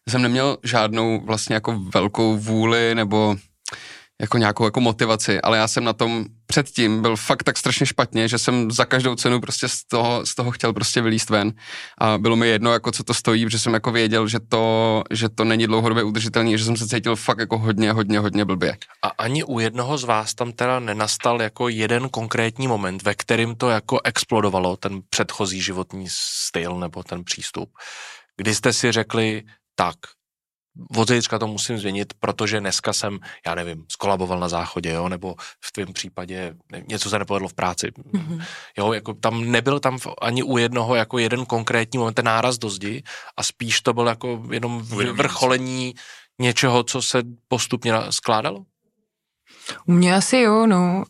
jsem neměl žádnou vlastně jako velkou vůli nebo jako nějakou jako motivaci, ale já jsem na tom předtím byl fakt tak strašně špatně, že jsem za každou cenu prostě z toho chtěl prostě vylízt ven a bylo mi jedno, jako co to stojí, protože jsem jako věděl, že to není dlouhodobě udržitelný, že jsem se cítil fakt jako hodně blbě. A ani u jednoho z vás tam teda nenastal jako jeden konkrétní moment, ve kterým to jako explodovalo, ten předchozí životní styl nebo ten přístup, kdy jste si řekli, tak, od zítřka to musím změnit, protože dneska jsem, já nevím, skolaboval na záchodě, jo, nebo v tvém případě něco se nepovedlo v práci. Mm-hmm. Jo, jako tam nebyl tam ani u jednoho jako jeden konkrétní moment, ten náraz do zdi a spíš to byl jako jenom vrcholení něčeho, co se postupně skládalo? U mě asi jo, no.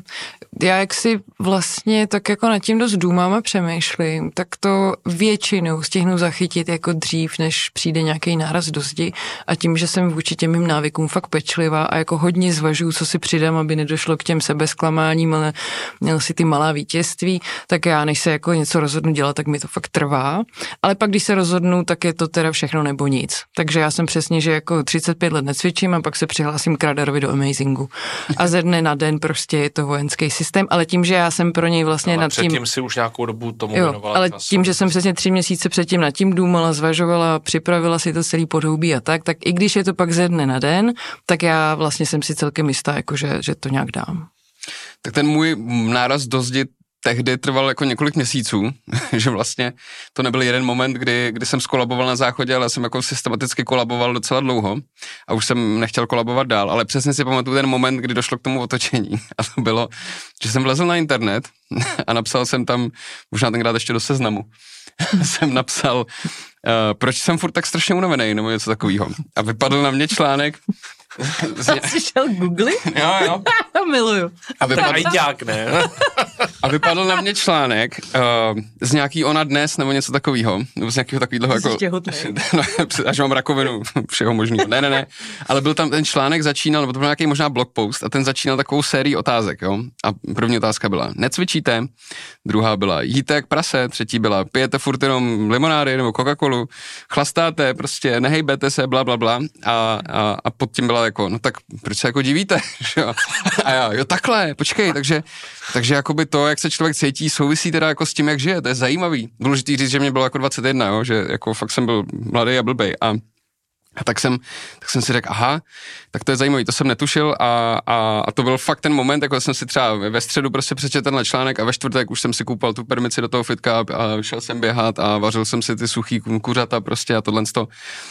Já jak si vlastně tak jako nad tím dost důmám a přemýšlím, tak to většinou stihnu zachytit jako dřív, než přijde nějaký náraz do zdi a tím, že jsem vůči těm mým návykům fakt pečlivá a jako hodně zvažuju, co si přidám, aby nedošlo k těm sebezklamáním, ale měl si ty malá vítězství, tak já než se jako něco rozhodnu dělat, tak mi to fakt trvá. Ale pak, když se rozhodnu, tak je to teda všechno nebo nic. Takže já jsem přesně, že jako 35 let necvičím a pak se přihlásím k Radarovi do Amazingu. A ze dne na den prostě je to vojenský systém, ale tím, že já jsem pro něj vlastně nad tím... předtím si už nějakou dobu tomu věnovala. Ale tím, že jsem přesně 3 měsíce předtím nad tím důmala, zvažovala, připravila si to celý podhoubí a tak i když je to pak ze dne na den, tak já vlastně jsem si celkem jistá, jako že to nějak dám. Tak ten můj náraz do zdi tehdy trval jako několik měsíců, že vlastně to nebyl jeden moment, kdy jsem skolaboval na záchodě, ale jsem jako systematicky kolaboval docela dlouho a už jsem nechtěl kolabovat dál, ale přesně si pamatuju ten moment, kdy došlo k tomu otočení a to bylo, že jsem vlezl na internet a napsal jsem tam, možná tenkrát ještě do Seznamu, jsem napsal, proč jsem furt tak strašně unavený, nebo něco takového. A vypadl na mě článek. Jsi šel googlit? Jo. Miluju. A vypadl na mě článek z nějaký Ona dnes, nebo něco takového, nebo z nějakého takového jako... Až mám rakovinu, všeho možného. Ne. Ale byl tam ten článek, začínal, nebo to byl nějaký možná blog post, a ten začínal takovou sérii otázek, jo. A první otázka byla, necvičíte? Druhá byla, jíte jak prase? Třetí byla, pijete furt jenom limonády nebo Coca-Colu? Chlastáte, prostě nehejbete se, bla, bla, bla. A pod tím byla jako, no tak proč se jako divíte? A já, jo takhle, počkej, takže jakoby to, jak se člověk cítí, souvisí teda jako s tím, jak žije, to je zajímavý. Důležitý říct, že mě bylo jako 21, jo, že jako fakt jsem byl mladý a blbej a tak jsem si řekl, aha, tak to je zajímavý, to jsem netušil a to byl fakt ten moment, jako jsem si třeba ve středu prostě přečetl na článek a ve čtvrtek už jsem si koupal tu permici do toho fitka a šel jsem běhat a vařil jsem si ty suchý kuřata prostě a tohleto.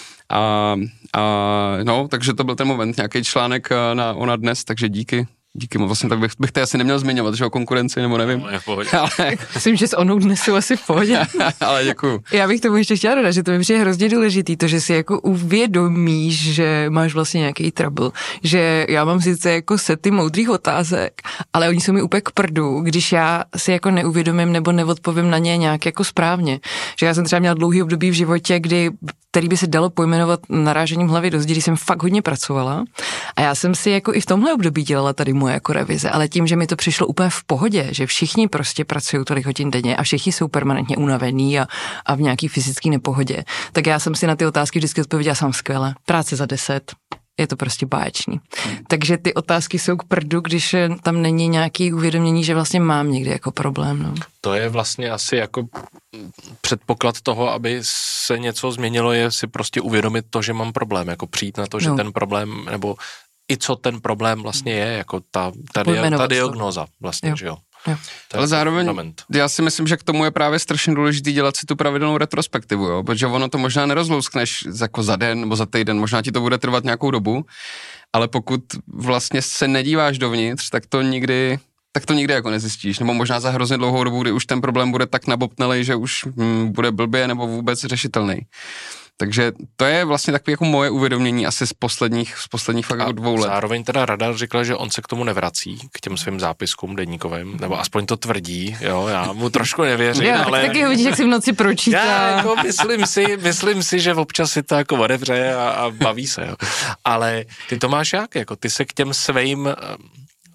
No, takže to byl ten moment, nějaký článek na Ona dnes, takže díky moc, vlastně tak bych to asi neměl zmiňovat, že o konkurenci, nebo nevím. Ale... Myslím, že s Onou dnes jsou asi v pohodě. Ale děkuju. Já bych tomu ještě chtěla dodat, že to mi přijde hrozně důležitý, to, že si jako uvědomíš, že máš vlastně nějaký trouble, že já mám sice jako sety moudrých otázek, ale oni jsou mi úplně k prdu, když já si jako neuvědomím nebo neodpovím na ně nějak jako správně. Že já jsem třeba měla dlouhý období v životě, který by se dalo pojmenovat narážením hlavy do zdi, kdy jsem fakt hodně pracovala a já jsem si jako i v tomhle období dělala tady moje jako revize, ale tím, že mi to přišlo úplně v pohodě, že všichni prostě pracují tolik hodin denně a všichni jsou permanentně unavení a v nějaký fyzický nepohodě, tak já jsem si na ty otázky vždycky odpověděla sám skvěle. Práce za 10. Je to prostě báječný. Takže ty otázky jsou k prdu, když tam není nějaký uvědomění, že vlastně mám někdy jako problém. No. To je vlastně asi jako předpoklad toho, aby se něco změnilo, je si prostě uvědomit to, že mám problém, jako přijít na to, že ten problém, nebo i co ten problém vlastně je, jako ta diagnóza vlastně, že jo. Ale zároveň já si myslím, že k tomu je právě strašně důležitý dělat si tu pravidelnou retrospektivu, jo? Protože ono to možná nerozlouskneš jako za den nebo za týden, možná ti to bude trvat nějakou dobu, ale pokud vlastně se nedíváš dovnitř, tak to nikdy jako nezjistíš, nebo možná za hrozně dlouhou dobu, kdy už ten problém bude tak nabobtnalej, že už bude blbě nebo vůbec řešitelný. Takže to je vlastně takové jako moje uvědomění asi z posledních fakt jako 2 let. Zároveň teda Radar říkal, že on se k tomu nevrací, k těm svým zápiskům deníkovým, nebo aspoň to tvrdí, jo, já mu trošku nevěřím, ale... Taky ho vidíš, jak si v noci pročítá. Já jako myslím si, že občas si to jako odevře a baví se, jo. Ale ty to máš jak, jako ty se k těm svým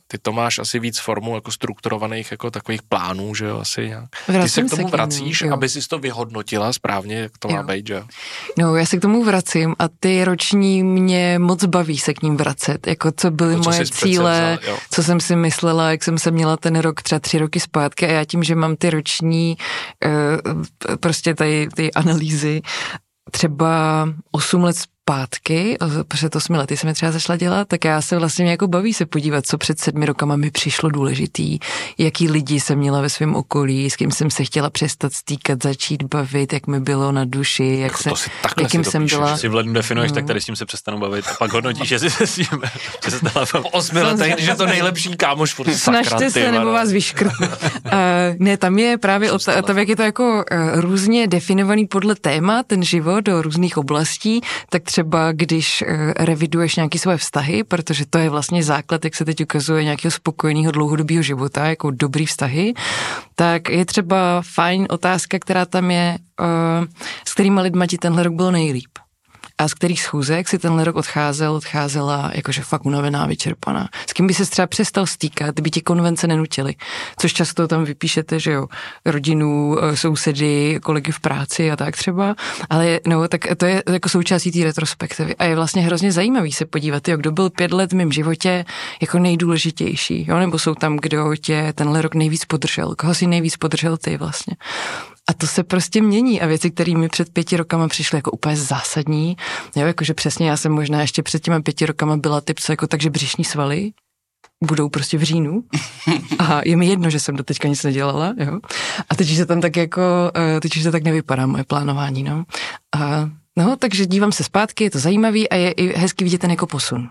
Ty to máš asi víc formou jako strukturovaných jako takových plánů, že jo, asi nějak. Ty se k tomu vracíš, aby jsi to vyhodnotila správně, jak to má být, že jo? No, já se k tomu vracím a ty roční mě moc baví se k ním vracet, jako co byly moje cíle, co jsem si myslela, jak jsem se měla ten rok, třeba 3 roky zpátky a já tím, že mám ty roční prostě ty analýzy, třeba 8 let zpátky, před 8 lety jsem je třeba začala dělat, tak já se vlastně jako baví se podívat, co před 7 rokama mi přišlo důležitý, jaký lidi jsem měla ve svém okolí, s kým jsem se chtěla přestat stýkat, začít bavit, jak mi bylo na duši, jakým jsem byla. Když si v lednu definuješ, tak tady s tím se přestanu bavit a pak hodnotíš, že si se s tím, že se stala po 8 letech, když je to nejlepší kámoš. Snažte se, nebo vás vyškrtnu. Ne, tam je právě tam, jak je to jako různě definovaný podle téma, ten život do různých oblastí, tak třeba když reviduješ nějaké svoje vztahy, protože to je vlastně základ, jak se teď ukazuje, nějakého spokojeného dlouhodobého života, jako dobrý vztahy, tak je třeba fajn otázka, která tam je, s kterýma lidma ti tenhle rok bylo nejlíp. A z kterých schůzek si tenhle rok odcházela jakože fakt unavená, vyčerpaná. S kým by se třeba přestal stýkat, kdyby ti konvence nenutily. Což často tam vypíšete, že jo, rodinu, sousedy, kolegy v práci a tak třeba. Ale no, tak to je jako součástí té retrospektivy. A je vlastně hrozně zajímavý se podívat, jo, kdo byl 5 let v mém životě jako nejdůležitější, jo, nebo jsou tam, kdo tě tenhle rok nejvíc podržel, koho si nejvíc podržel ty vlastně. A to se prostě mění a věci, které mi před 5 rokama přišly jako úplně zásadní, jo, jakože přesně já jsem možná ještě před těma 5 rokama byla typ, co jako takže břišní svaly budou prostě v říjnu a je mi jedno, že jsem doteďka nic nedělala, jo. A teď už se tam tak jako, teď už to tak nevypadá moje plánování, no. A no, takže dívám se zpátky, je to zajímavý a je i hezky vidět ten jako posun.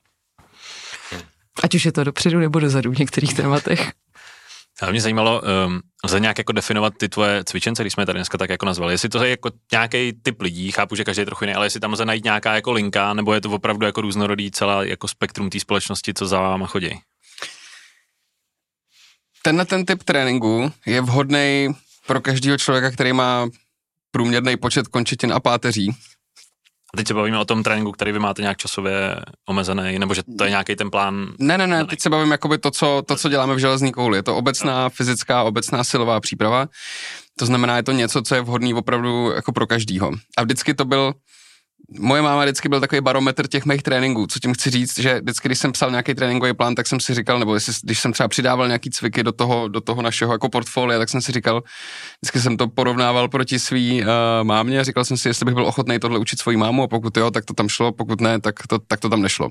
Ať už je to dopředu nebo dozadu v některých tématech. Ale mě zajímalo, lze nějak jako definovat ty tvoje cvičence, když jsme je tady dneska tak jako nazvali. Jestli to je jako nějaký typ lidí, chápu, že každý je trochu jiný, ale jestli tam lze najít nějaká jako linka, nebo je to opravdu jako různorodý celá jako spektrum té společnosti, co za váma chodí? Ten typ tréninku je vhodný pro každého člověka, který má průměrný počet končetin a páteří. A teď se bavíme o tom tréninku, který vy máte nějak časově omezený, nebo že to je nějaký ten plán? Ne, teď se bavím jakoby to, co děláme v železní kouli. Je to obecná fyzická, obecná silová příprava. To znamená, je to něco, co je vhodný opravdu jako pro každýho. A vždycky to byl, moje máma vždycky byl takový barometr těch mých tréninků. Co tím chci říct, že vždycky, když jsem psal nějaký tréninkový plán, tak jsem si říkal, nebo když jsem třeba přidával nějaký cviky do toho našeho jako portfolia, tak jsem si říkal, vždycky jsem to porovnával proti svý mámě a říkal jsem si, jestli bych byl ochotný tohle učit svoji mámu a pokud jo, tak to tam šlo, pokud ne, tak to tam nešlo.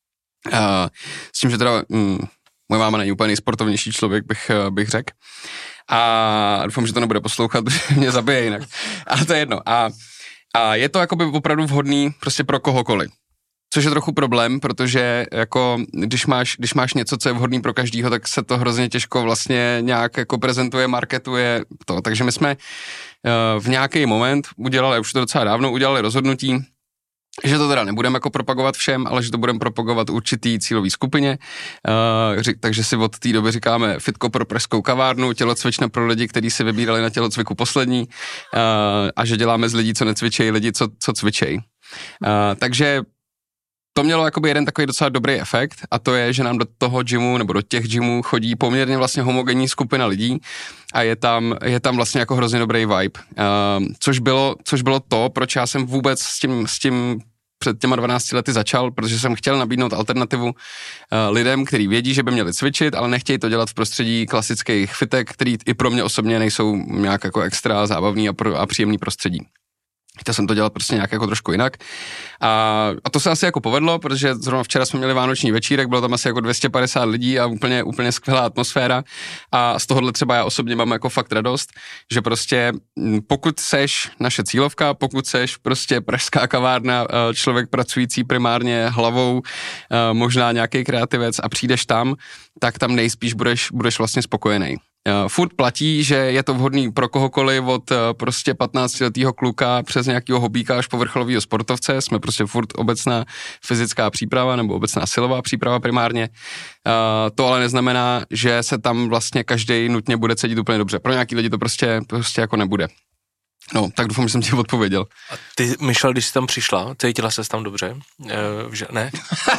S tím, že teda moje máma není úplně nejsportovnější člověk, bych řekl. A doufám, že to nebude poslouchat, protože mě zabije jinak. Ale to je jedno. A je to jakoby opravdu vhodný prostě pro kohokoliv. Což je trochu problém, protože jako když máš něco, co je vhodný pro každýho, tak se to hrozně těžko vlastně nějak jako prezentuje, marketuje to. Takže my jsme v nějaký moment udělali, už to docela dávno, udělali rozhodnutí, že to teda nebudeme jako propagovat všem, ale že to budeme propagovat určitý cílový skupině. Takže si od té doby říkáme fitko pro pražskou kavárnu, tělocvična pro lidi, kteří si vybírali na tělocviku poslední a že děláme z lidí, co necvičejí, lidi, co cvičejí. Takže to mělo jakoby jeden takový docela dobrý efekt a to je, že nám do toho gymu nebo do těch gymů chodí poměrně vlastně homogenní skupina lidí a je tam vlastně jako hrozně dobrý vibe. Což bylo to, proč já jsem vůbec s tím před těma 12 lety začal, protože jsem chtěl nabídnout alternativu lidem, kteří vědí, že by měli cvičit, ale nechtějí to dělat v prostředí klasických fitek, který i pro mě osobně nejsou nějak jako extra zábavný a příjemný prostředí. Chtěl jsem to dělat prostě nějak jako trošku jinak. A to se asi jako povedlo, protože zrovna včera jsme měli vánoční večírek, bylo tam asi jako 250 lidí a úplně skvělá atmosféra. A z tohohle třeba já osobně mám jako fakt radost, že prostě pokud seš naše cílovka, pokud seš prostě pražská kavárna, člověk pracující primárně hlavou, možná nějaký kreativec a přijdeš tam, tak tam nejspíš budeš vlastně spokojený. Furt platí, že je to vhodný pro kohokoliv od prostě 15letého kluka přes nějakého hobíka až po vrcholového sportovce. Jsme prostě furt obecná fyzická příprava nebo obecná silová příprava primárně. To ale neznamená, že se tam vlastně každý nutně bude cítit úplně dobře. Pro nějaký lidi to prostě jako nebude. No, tak doufám, že jsem ti odpověděl. A ty, Michal, když jsi tam přišla, cítila ses tam dobře? Ne?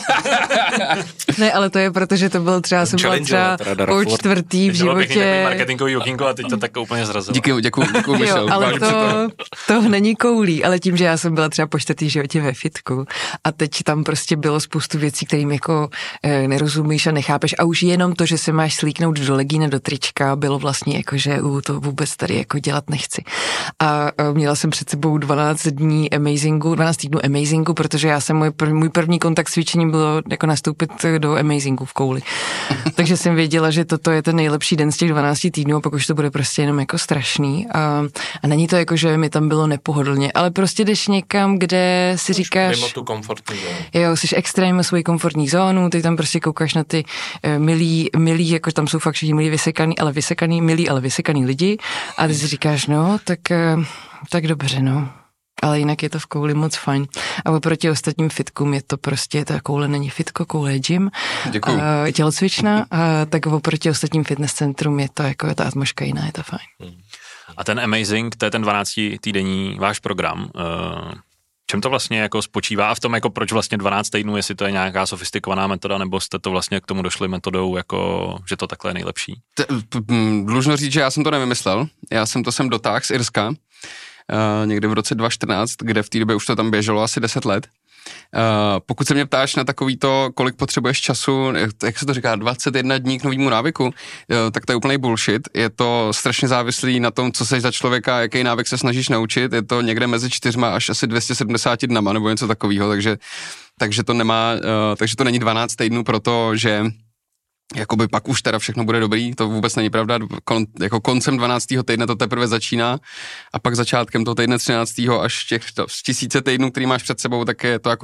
Ne, ale to je proto, že to byl třeba, jsem byla třeba po čtvrtý v životě. To bylo marketingový okýnko a teď to tak úplně zrazilo. Děkuju, Michal. Ale to není koulí, ale tím, že já jsem byla třeba po čtvrtý v životě ve fitku a teď tam prostě bylo spoustu věcí, kterým jako nerozumíš a nechápeš a už jenom to, že se máš slíknout do legína, do trička, bylo vlastně jako, že to vůbec tady jako dělat nechci. A měla jsem před sebou 12 týdnů amazingu, protože já jsem můj první kontakt s cvičením bylo jako nastoupit do amazingu v kouli. Takže jsem věděla, že toto je ten nejlepší den z těch 12 týdnů a pak už to bude prostě jenom jako strašný. A není to jako, že mi tam bylo nepohodlně, ale prostě jdeš někam, kde si říkáš... Mimo tu komfortní zónu. Jo, jsi extrémně svoji komfortní zónu, ty tam prostě koukáš na ty milí, jako tam jsou fakt všichni milí, ale vysekaný lidi a ty si říkáš, no, tak dobře, no. Ale jinak je to v kouli moc fajn. A oproti ostatním fitkům je to prostě, ta koule není fitko, koule je gym, tělocvična, tak oproti ostatním fitness centrum je to jako ta atmosféra jiná, je to fajn. A ten Amazing, to je ten 12 týdenní váš program. Čem to vlastně jako spočívá a v tom jako proč vlastně 12 týdnů, jestli to je nějaká sofistikovaná metoda, nebo jste to vlastně k tomu došli metodou, jako, že to takhle je nejlepší? Dlužno říct, že já jsem to nevymyslel. Já jsem to sem dotáhl z Irska, někdy v roce 2014, kde v té době už to tam běželo asi 10 let. Pokud se mě ptáš na takový to, kolik potřebuješ času, jak se to říká, 21 dní k novému návyku, tak to je úplný bullshit. Je to strašně závislý na tom, co seš za člověka, jaký návyk se snažíš naučit. Je to někde mezi 4 až asi 270 dnama nebo něco takového, takže to není 12 týdnů, protože jakoby pak už teda všechno bude dobrý, to vůbec není pravda, jako koncem 12. týdne to teprve začíná a pak začátkem toho týdne 13. až těch z 1000 týdnů, který máš před sebou, tak je to jako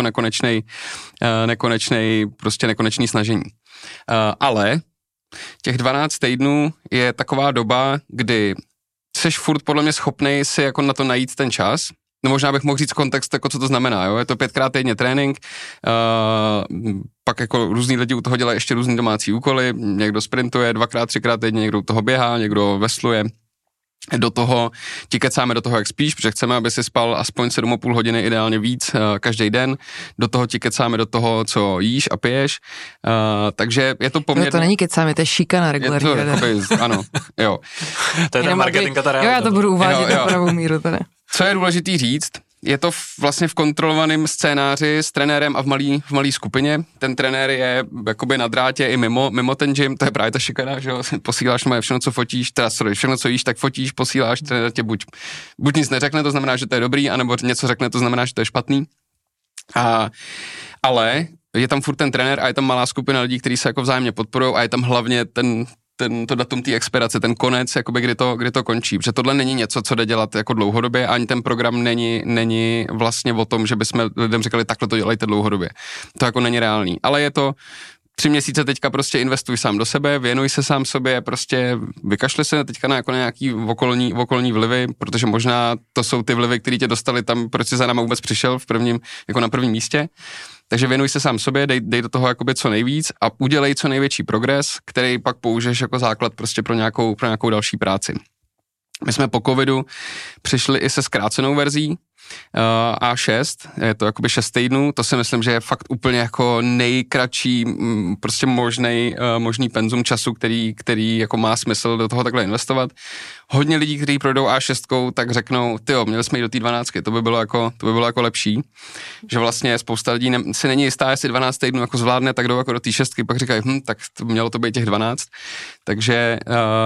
nekonečný snažení. Ale těch 12 týdnů je taková doba, kdy seš furt podle mě schopnej si jako na to najít ten čas. No možná bych mohl říct kontext, jako co to znamená, jo? Je to 5krát týdně trénink, pak jako různý lidi u toho dělají ještě různý domácí úkoly, někdo sprintuje 2x, 3x týdně, někdo u toho běhá, někdo vesluje. Do toho ti kecáme do toho, jak spíš, protože chceme, aby si spal aspoň 7,5 hodiny, ideálně víc každý den. Do toho ti kecáme do toho, co jíš a piješ. Takže je to poměrně... To není kecáme, to je šikana regulární. Ano, jo. To je ten marketing a ta realita. Jo, já to budu uvádět na pravou míru. Tady. Co je důležitý říct, je to vlastně v kontrolovaném scénáři s trenérem a v malý skupině. Ten trenér je jakoby na drátě i mimo ten gym, to je právě ta šikana, že jo, posíláš mu všechno, co fotíš, všechno, co jíš, tak fotíš, posíláš, trenér tě buď nic neřekne, to znamená, že to je dobrý, anebo něco řekne, to znamená, že to je špatný. Ale je tam furt ten trenér a je tam malá skupina lidí, kteří se jako vzájemně podporují a je tam hlavně to datum té expirace, ten konec, jakoby kdy to končí, protože tohle není něco, co jde dělat jako dlouhodobě, ani ten program není vlastně o tom, že bychom lidem říkali, takhle to dělejte dlouhodobě. To jako není reálný, ale je to 3 měsíce teďka prostě investuj sám do sebe, věnuj se sám sobě, prostě vykašli se teďka na nějaký okolní vlivy, protože možná to jsou ty vlivy, které tě dostali tam, proč jsi za náma vůbec přišel na prvním místě. Takže věnuj se sám sobě, dej do toho jakoby co nejvíc a udělej co největší progres, který pak použiješ jako základ prostě pro nějakou další práci. My jsme po covidu přišli i se zkrácenou verzí A6, je to jakoby 6 týdnů, to si myslím, že je fakt úplně jako nejkratší prostě možný penzum času, který jako má smysl do toho takhle investovat. Hodně lidí, kteří projdou A6, tak řeknou, tyjo, měli jsme jít do té 12, to by bylo jako lepší, že vlastně spousta lidí si není jistá, jestli 12 týdnů jako zvládne, tak jdou jako do té 6, pak říkají, tak to mělo to být těch 12, takže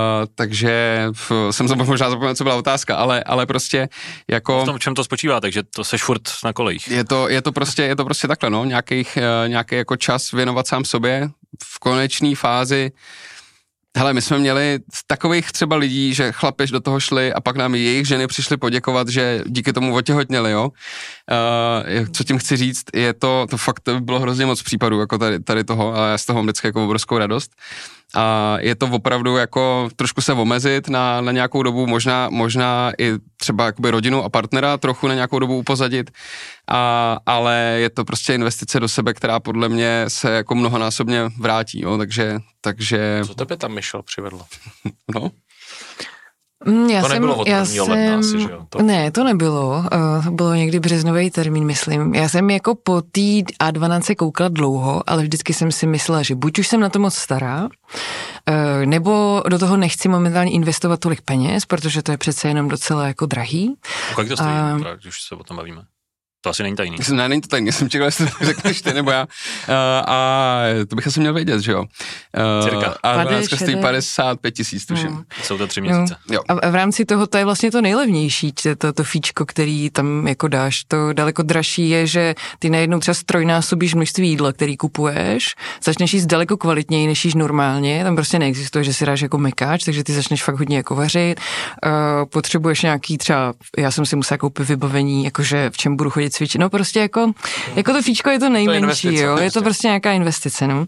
jsem možná zapomněl, co byla otázka, ale prostě jako... V tom, čem to spočívá, takže to seš furt na kolejích. Je to prostě takhle, no, nějaký jako čas věnovat sám sobě v konečné fázi. Hele, my jsme měli takových třeba lidí, že chlapež do toho šli a pak nám jejich ženy přišly poděkovat, že díky tomu otěhotněli, jo. Co tím chci říct, je to fakt bylo hrozně moc případů jako tady toho a já z toho mám vždycky jako obrovskou radost. A je to opravdu jako trošku se omezit na nějakou dobu, možná i třeba jakoby rodinu a partnera trochu na nějakou dobu upozadit, ale je to prostě investice do sebe, která podle mě se jako mnohonásobně vrátí, jo, takže... Co tebe tam, Michal, přivedlo? No? To nebylo od 1. ledna asi, že jo? Ne, to nebylo. To bylo někdy březnový termín, myslím. Já jsem jako po té A12 koukala dlouho, ale vždycky jsem si myslela, že buď už jsem na to moc stará, nebo do toho nechci momentálně investovat tolik peněz, protože to je přece jenom docela jako drahý. Kolik to stojí, když už se o tom bavíme? To asi není tajný. Ne, není to tajný, jsem čekal, jestli to řekneš ty nebo já. A to bych asi měl vědět, že jo. Cirka. A 12 stojí 55 000, tuším. Jsou to 3 měsíce. Jo. A v rámci toho to je vlastně to nejlevnější, to fíčko, který tam jako dáš. To daleko dražší je, že ty najednou třeba strojnásobíš množství jídla, který kupuješ, začneš jíst daleko kvalitněji, než jíš normálně. Tam prostě neexistuje, že si dáš jako mekáč, takže ty začneš fakt hodně jako vařit. Potřebuješ nějaký třeba, já jsem si musela koupit vybavení, jakože v čem budu chodit cvičit. No prostě jako to fíčko je to nejmenší, jo. Je to prostě nějaká investice, no.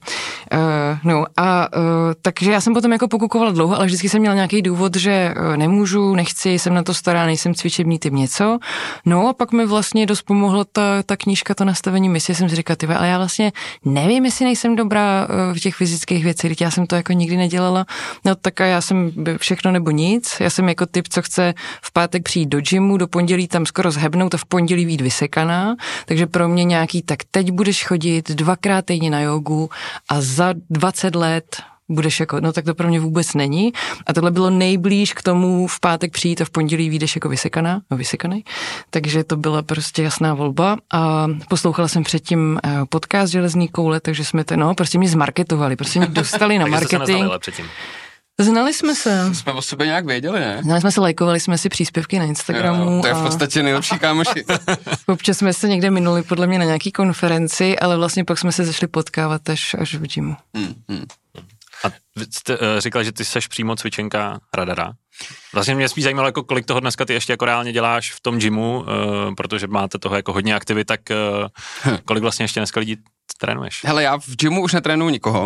Takže já jsem potom jako pokukovala dlouho, ale vždycky jsem měla nějaký důvod, že nemůžu, nechci, jsem na to stará, nejsem cvičební typ něco. No a pak mi vlastně dost pomohla ta knížka, to nastavení mysli, jsem si říkala, ale já vlastně nevím, jestli nejsem dobrá v těch fyzických věcech, já jsem to jako nikdy nedělala. No tak a já jsem všechno nebo nic. Já jsem jako typ, co chce v pátek přijít do gymu, do pondělí tam skoro zhebnout a v pondělí být vysekaná. Takže pro mě nějaký, tak teď budeš chodit 2krát týdně na jogu a za 20 let budeš jako, no tak to pro mě vůbec není. A tohle bylo nejblíž k tomu v pátek přijít a v pondělí vyjdeš jako vysekaný. Takže to byla prostě jasná volba. A poslouchala jsem předtím podcast Železní koule, takže jsme prostě mě zmarketovali, prostě mě dostali na marketing. Znali jsme se. Jsme o sobě nějak věděli, ne? Znali jsme se, lajkovali jsme si příspěvky na Instagramu. Jo, to je v podstatě nejlepší kámoši. Občas jsme se někde minuli podle mě na nějaký konferenci, ale vlastně pak jsme se zašli potkávat až v gymu. A jste říkal, že ty seš přímo cvičenka Radara. Vlastně mě spíš zajímalo, jako kolik toho dneska ty ještě jako reálně děláš v tom gymu, protože máte toho jako hodně aktivit, tak kolik vlastně ještě dneska lidí trénuješ? Hele, já v gymu už netrénuju nikoho.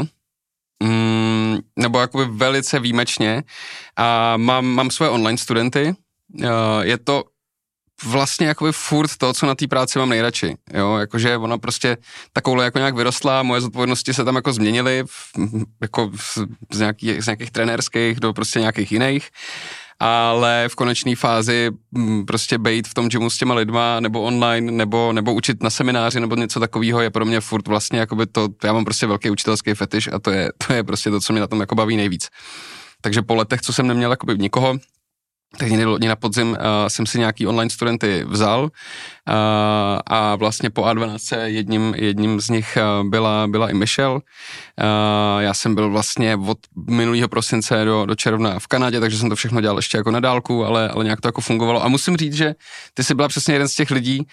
Nebo jakoby velice výjimečně a mám svoje online studenty, je to vlastně jakoby furt to, co na té práci mám nejradši, jo, jakože ona prostě takovou jako nějak vyrostla, moje zodpovědnosti se tam jako změnily, jako z nějakých trenérských do prostě nějakých jiných, ale v konečné fázi prostě bejt v tom gymu s těma lidma, nebo online, nebo učit na semináři, nebo něco takového je pro mě furt vlastně jakoby to, já mám prostě velký učitelský fetiš a to je prostě to, co mě na tom jako baví nejvíc. Takže po letech, co jsem neměl jakoby nikoho, tak někdy na podzim jsem si nějaký online studenty vzal a vlastně po A12 jedním z nich byla i Michelle. Já jsem byl vlastně od minulého prosince do června v Kanadě, takže jsem to všechno dělal ještě jako na dálku, ale nějak to jako fungovalo. A musím říct, že ty jsi byla přesně jeden z těch lidí,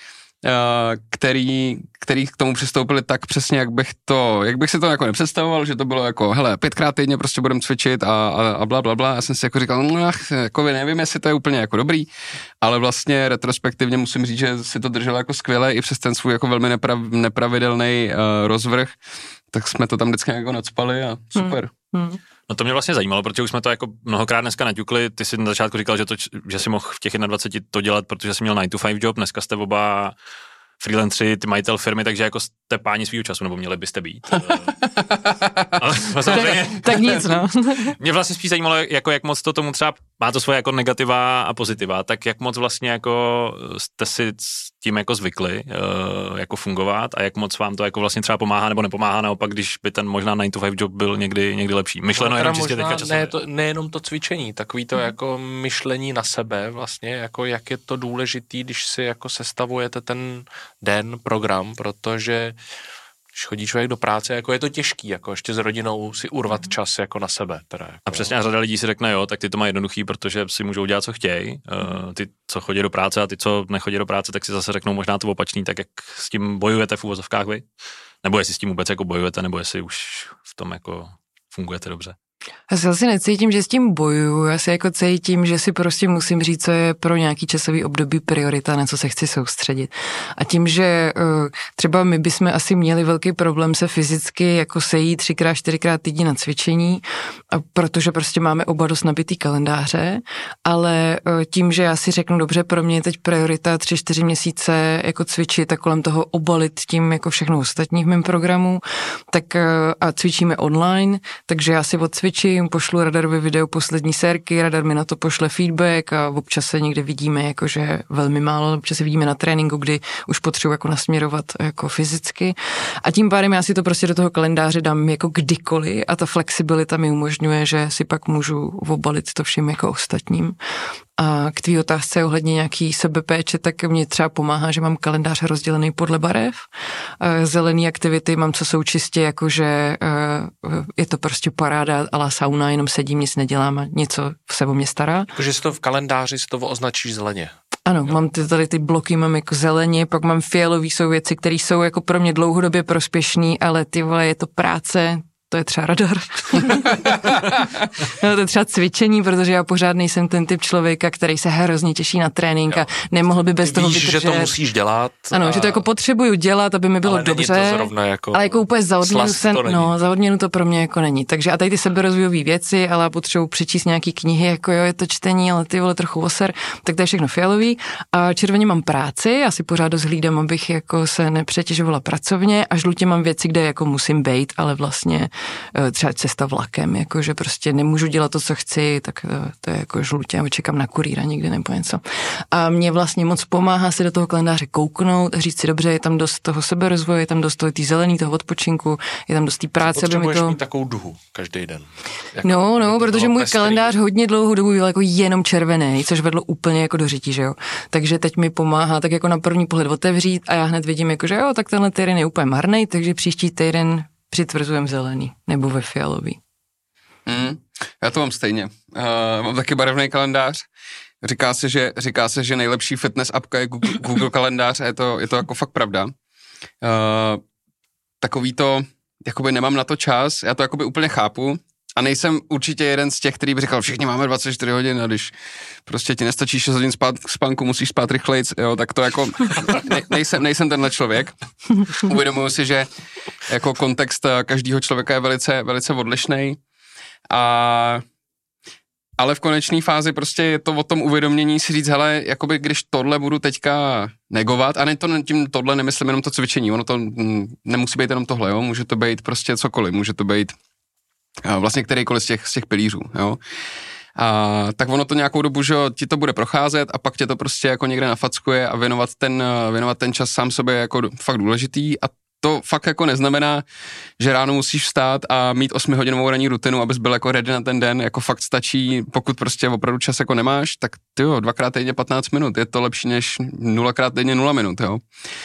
který k tomu přistoupili tak přesně, jak bych si to jako nepředstavoval, že to bylo jako, hele, 5krát týdně prostě budeme cvičit a bla, bla, bla. Já jsem si jako říkal, jako nevím, jestli to je úplně jako dobrý, ale vlastně retrospektivně musím říct, že si to drželo jako skvěle i přes ten svůj jako velmi nepravidelný rozvrh, tak jsme to tam vždycky jako nacpali a super. No to mě vlastně zajímalo, protože už jsme to jako mnohokrát dneska naťukli. Ty jsi na začátku říkal, že jsi mohl v těch 21 to dělat, protože jsi měl 9 to 5 job, dneska jste oba freelanceri, ty majitel firmy, takže jako jste páni svýho času, nebo měli byste být. Ale tak nic, no. Mě vlastně spíš zajímalo, jako jak moc to tomu třeba, má to svoje jako negativa a pozitiva, tak jak moc vlastně jako jste si s tím jako zvykli jako fungovat a jak moc vám to jako vlastně třeba pomáhá nebo nepomáhá, naopak, když by ten možná 9 to 5 job byl někdy lepší. Myšleno jenom čistě teďka časově. Nejenom to cvičení, takový to jako myšlení na sebe vlastně, jako jak je to důležitý, když si jako sestavujete ten den, program, protože když chodí člověk do práce, jako je to těžký, jako ještě s rodinou si urvat čas jako na sebe. Teda, jako. A přesně řada lidí si řekne, jo, tak ty to mají jednoduchý, protože si můžou dělat, co chtějí. Ty, co chodí do práce a ty, co nechodí do práce, tak si zase řeknou možná to opačný, tak jak s tím bojujete v uvozovkách vy? Nebo jestli s tím vůbec jako bojujete, nebo jestli už v tom jako fungujete dobře? Já se asi necítím, že s tím bojuju, já si jako cítím, že si prostě musím říct, co je pro nějaký časový období priorita, na co se chci soustředit. A tím, že třeba my bychom asi měli velký problém se fyzicky jako sejít 3x, 4x týdně na cvičení, protože prostě máme oba dost nabitý kalendáře, ale tím, že já si řeknu, dobře, pro mě je teď priorita 3-4 měsíce jako cvičit a kolem toho obalit tím jako všechno ostatní v mém programu, tak a cvičíme online, takže já si odcvičím cvičím, pošlu Radarovi video poslední sérky, Radar mi na to pošle feedback a občas se někde vidíme, jakože velmi málo, občas se vidíme na tréninku, kdy už potřebuji jako nasměrovat jako fyzicky a tím pádem já si to prostě do toho kalendáře dám jako kdykoliv a ta flexibilita mi umožňuje, že si pak můžu obalit to všem jako ostatním. A k tvý otázce ohledně nějaký sebepéče, tak mě třeba pomáhá, že mám kalendář rozdělený podle barev. Zelený aktivity mám, co jsou čistě jakože je to prostě paráda a la sauna, jenom sedím, nic nedělám a něco se o mě stará. Takže si to v kalendáři si to označíš zeleně. Ano, jo. Mám tady ty bloky, mám jako zeleně, pak mám fialový, jsou věci, které jsou jako pro mě dlouhodobě prospěšný, ale ty vole, je to práce, to je třeba Radar. No, to je třeba cvičení, protože já pořád nejsem ten typ člověka, který se hrozně těší na trénink a nemohl by bez toho vydržet. Že to musíš dělat. Ano, že to jako potřebuju dělat, aby mi bylo dobře, jako ale jako úplně za odměnu to pro mě jako není. Takže a tady ty seberozvojové věci, ale potřebuji přečíst nějaký knihy, jako jo, je to čtení, ale ty vole trochu oser, tak to je všechno fialový. A červeně mám práci, já si pořád dost hlídám, abych jako se nepřetěžovala pracovně, a žlutě mám věci, kde jako musím bejt, ale vlastně třeba cesta vlakem, jakože prostě nemůžu dělat to, co chci, tak to je jako žlutě, já čekám na kurýra někde nebo něco. A mě vlastně moc pomáhá se do toho kalendáře kouknout a říct si, dobře, je tam dost toho seberozvoje, je tam dost toho zelený, toho odpočinku, je tam dost té práce, aby mi to... mít takovou duhu každý den. Jako, no, protože můj kalendář hodně dlouhou dobu byl jako jenom červený, což vedlo úplně jako do řití, že jo. Takže teď mi pomáhá tak jako na první pohled otevřít a já hned vidím, jako, že jo, tak tenhle týden je úplně marnej, takže příští týden přitvrzujem zelený, nebo ve fialový. Já to mám stejně. Mám taky barevný kalendář. Říká se, že nejlepší fitness appka je Google kalendář a je to jako fakt pravda. Takový to, jakoby nemám na to čas, já to jakoby úplně chápu a nejsem určitě jeden z těch, který by říkal, všichni máme 24 hodin a když prostě ti nestačí 6 hodin spánku, musíš spát rychlejc, jo, tak to jako nejsem tenhle člověk. Uvědomuji si, že jako kontext každého člověka je velice, velice odlišný. Ale v konečné fázi prostě je to o tom uvědomění si říct, hele, jakoby když tohle budu teďka negovat, a tím tohle nemyslím jenom to cvičení, ono to nemusí být jenom tohle, jo, může to být prostě cokoliv, může to být vlastně kterýkoliv z těch pilířů, jo. A tak ono to nějakou dobu, že ti to bude procházet a pak tě to prostě jako někde nafackuje a věnovat ten čas sám sobě jako fakt důležitý a to fakt jako neznamená, že ráno musíš vstát a mít 8hodinovou ranní rutinu, abys byl jako ready na ten den, jako fakt stačí, pokud prostě opravdu čas jako nemáš, tak tyjo, 2x týdně 15 minut, je to lepší než 0x týdně 0 minut, jo.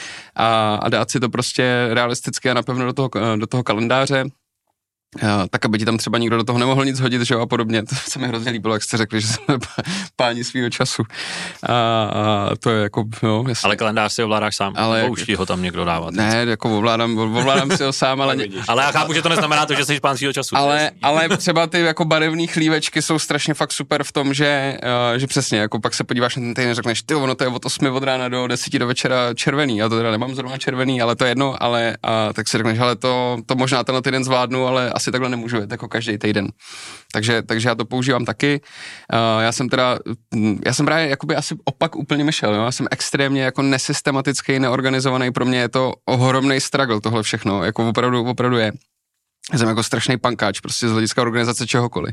A dát si to prostě realisticky a napevno do toho kalendáře, tak, aby ti tam třeba nikdo do toho nemohl nic hodit, že jo, a podobně. To se mi hrozně líbilo, jak jste řekli, že jsme páni svýho času. A to je jako, no, jasně. Ale kalendář si ovládáš sám, ale už ti ho tam někdo dává. Ne, jako ovládám si ho sám, ale... Ale já chápu, že to neznamená to, že jsi pán svýho času. Ale třeba ty jako barevný chlívečky jsou strašně fakt super v tom, že přesně, jako pak se podíváš na ten týden a řekneš, ty, ono to je od 8 od rána do 10 do večera červený, já to teda nemám zrovna červený, ale to je jedno, ale tak si řekneš, ale to možná tenhle týden zvládnu, ale asi takhle nemůžu jet jako každý týden. Takže já to používám taky. Já jsem právě jakoby asi opak úplně myšel, jo? Já jsem extrémně jako nesystematický, neorganizovaný, pro mě je to ohromný struggle tohle všechno, jako opravdu je. Jsem jako strašný pankáč, prostě z hlediska organizace čehokoliv.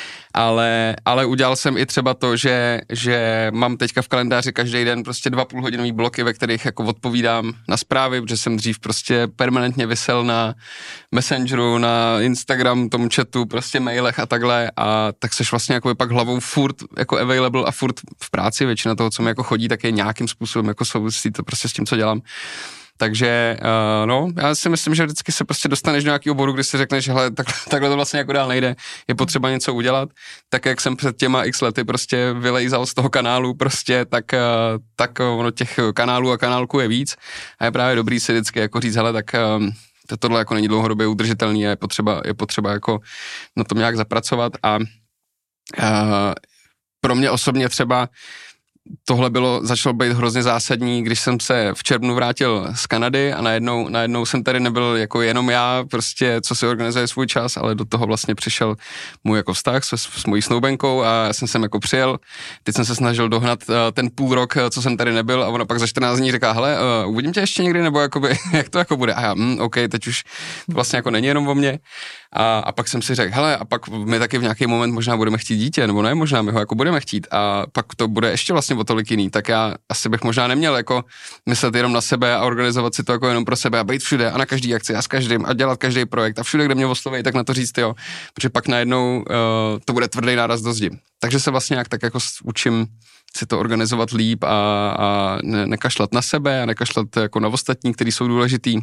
Ale udělal jsem i třeba to, že mám teďka v kalendáři každý den prostě 2,5 hodinový bloky, ve kterých jako odpovídám na zprávy, protože jsem dřív prostě permanentně visel na Messengeru, na Instagram, tom chatu, prostě mailech a takhle, a tak seš vlastně jako pak hlavou furt jako available a furt v práci, většina toho, co mi jako chodí, tak je nějakým způsobem jako souvisí to prostě s tím, co dělám. Takže, já si myslím, že vždycky se prostě dostaneš do nějakého bodu, kdy si řekneš, hele, takhle to vlastně jako dál nejde, je potřeba něco udělat, tak jak jsem před těma x lety prostě vylejzal z toho kanálu prostě, tak ono těch kanálů a kanálků je víc a je právě dobrý si vždycky jako říct, hele, tak tohle jako není dlouhodobě udržitelný a je potřeba jako na tom nějak zapracovat a pro mě osobně třeba tohle začalo být hrozně zásadní, když jsem se v červnu vrátil z Kanady a najednou jsem tady nebyl jako jenom já, prostě co si organizuje svůj čas, ale do toho vlastně přišel můj jako vztah s mojí snoubenkou a já jsem sem jako přijel. Teď jsem se snažil dohnat ten půl rok, co jsem tady nebyl a ona pak za 14 dní říká, hele, uvidím tě ještě někdy, nebo jakoby, jak to jako bude? A já, OK, teď už to vlastně jako není jenom o mně. A pak jsem si řekl, hele, a pak my taky v nějaký moment možná budeme chtít dítě, nebo ne, možná my ho jako budeme chtít a pak to bude ještě vlastně o tolik jiný, tak já asi bych možná neměl jako myslet jenom na sebe a organizovat si to jako jenom pro sebe a být všude a na každý akci a s každým a dělat každý projekt a všude, kde mě osloví, tak na to říct, jo, protože pak najednou to bude tvrdý náraz do zdi. Takže se vlastně tak jako učím si to organizovat líp a nekašlat na sebe a nekašlat jako na ostatní, kteří jsou důležitý.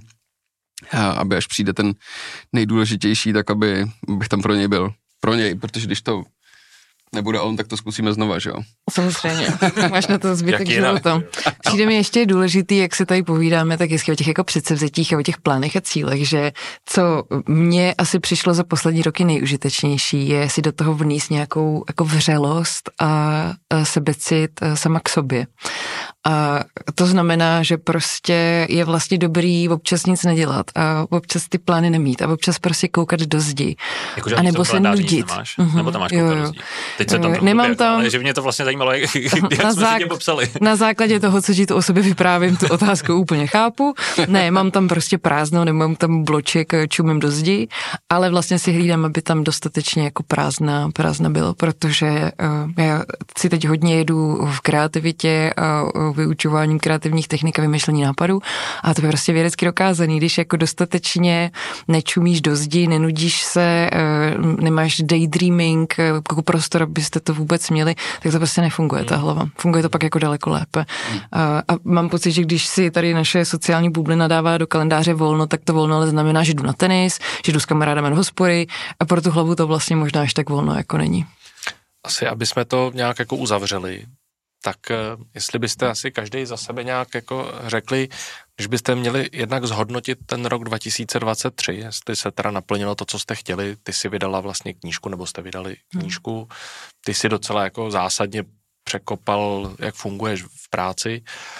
A aby až přijde ten nejdůležitější, tak bych tam pro něj byl. Pro něj, protože když to nebude on, tak to zkusíme znova, že jo? Samozřejmě, máš na to zbytek života. Přijde mi ještě důležitý, jak se tady povídáme, tak jestli o těch jako předsevzetích a o těch plánech a cílech, že co mně asi přišlo za poslední roky nejužitečnější, je si do toho vníst nějakou jako vřelost a sebecit sama k sobě. A to znamená, že prostě je vlastně dobrý občas nic nedělat a občas ty plány nemít a občas prostě koukat do zdi. Jako, a nebo se nudit. Nebo tam máš koukat do zdi. Teď se tam nemám tam, ale že mě to vlastně zajímalo, jak jsme si tě popsali. Na základě toho, co ti to o sobě vyprávím, tu otázku úplně chápu. Ne, mám tam prostě prázdno, nemám tam bloček, čumím do zdi, ale vlastně si hlídám, aby tam dostatečně jako prázdna bylo, protože já si teď hodně jedu v kreativitě a vyučováním kreativních technik a vymýšlení nápadů a to je prostě vědecky dokázaný, když jako dostatečně nečumíš do zdi, nenudíš se, nemáš daydreaming, jako prostor, abyste to vůbec měli, tak to prostě nefunguje ta hlava. Funguje to pak jako daleko lépe. A mám pocit, že když si tady naše sociální bublina dává do kalendáře volno, tak to volno ale znamená, že jdu na tenis, že jdu s kamarádem do hospody a pro tu hlavu to vlastně možná až tak volno jako není. Asi, aby jsme to nějak jako uzavřeli, tak jestli byste asi každý za sebe nějak jako řekli, když byste měli jednak zhodnotit ten rok 2023, jestli se teda naplnilo to, co jste chtěli, ty si vydala vlastně knížku, nebo jste vydali knížku, ty si docela jako zásadně překopal, jak funguješ v práci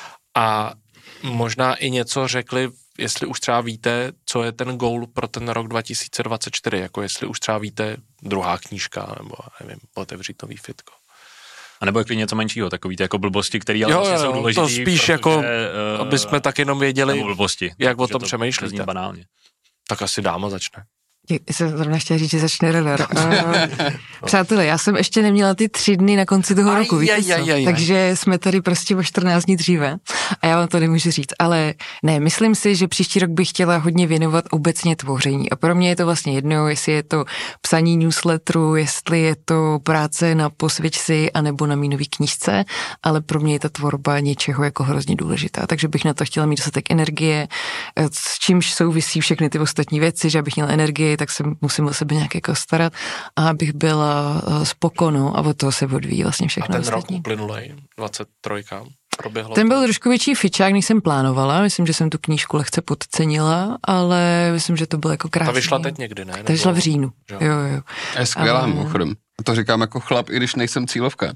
a možná i něco řekli, jestli už třeba víte, co je ten goal pro ten rok 2024, jako jestli už třeba víte druhá knížka, nebo nevím, otevřít nový fitko. A nebo jak něco menšího, takový ty jako blbosti, které ale vlastně jsou důležitý. To spíš protože, jako, aby jsme tak jenom věděli, blbosti, jak o tom přemýšlíte. Banálně. Tak asi dáma začne. Jsem zrovna chtěla říct, že začne radar. Přátelé, já jsem ještě neměla ty 3 dny na konci toho roku, víte co? Takže jsme tady prostě o 14 dní dříve a já vám to nemůžu říct, ale ne, myslím si, že příští rok bych chtěla hodně věnovat obecně tvoření a pro mě je to vlastně jedno, jestli je to psaní newsletteru, jestli je to práce na Posvěť si anebo na mý nový knížce, ale pro mě je ta tvorba něčeho jako hrozně důležitá, takže bych na to chtěla mít dostatek energie, s čímž souvisí všechny ty ostatní věci, že abych měla energii, tak se musím o sebe nějak jako starat a abych byla spokojenou a od toho se odvíjí vlastně všechno ostatní. A ten rok uplynulej, 23, proběhlo ten byl to? trošku větší fičák, než jsem plánovala, myslím, že jsem tu knížku lehce podcenila, ale myslím, že to bylo jako krásný. Ta vyšla teď někdy, ne? Ta vyšla v říjnu, jo. Je skvělá, mimochodem. To říkám jako chlap, i když nejsem cílovka.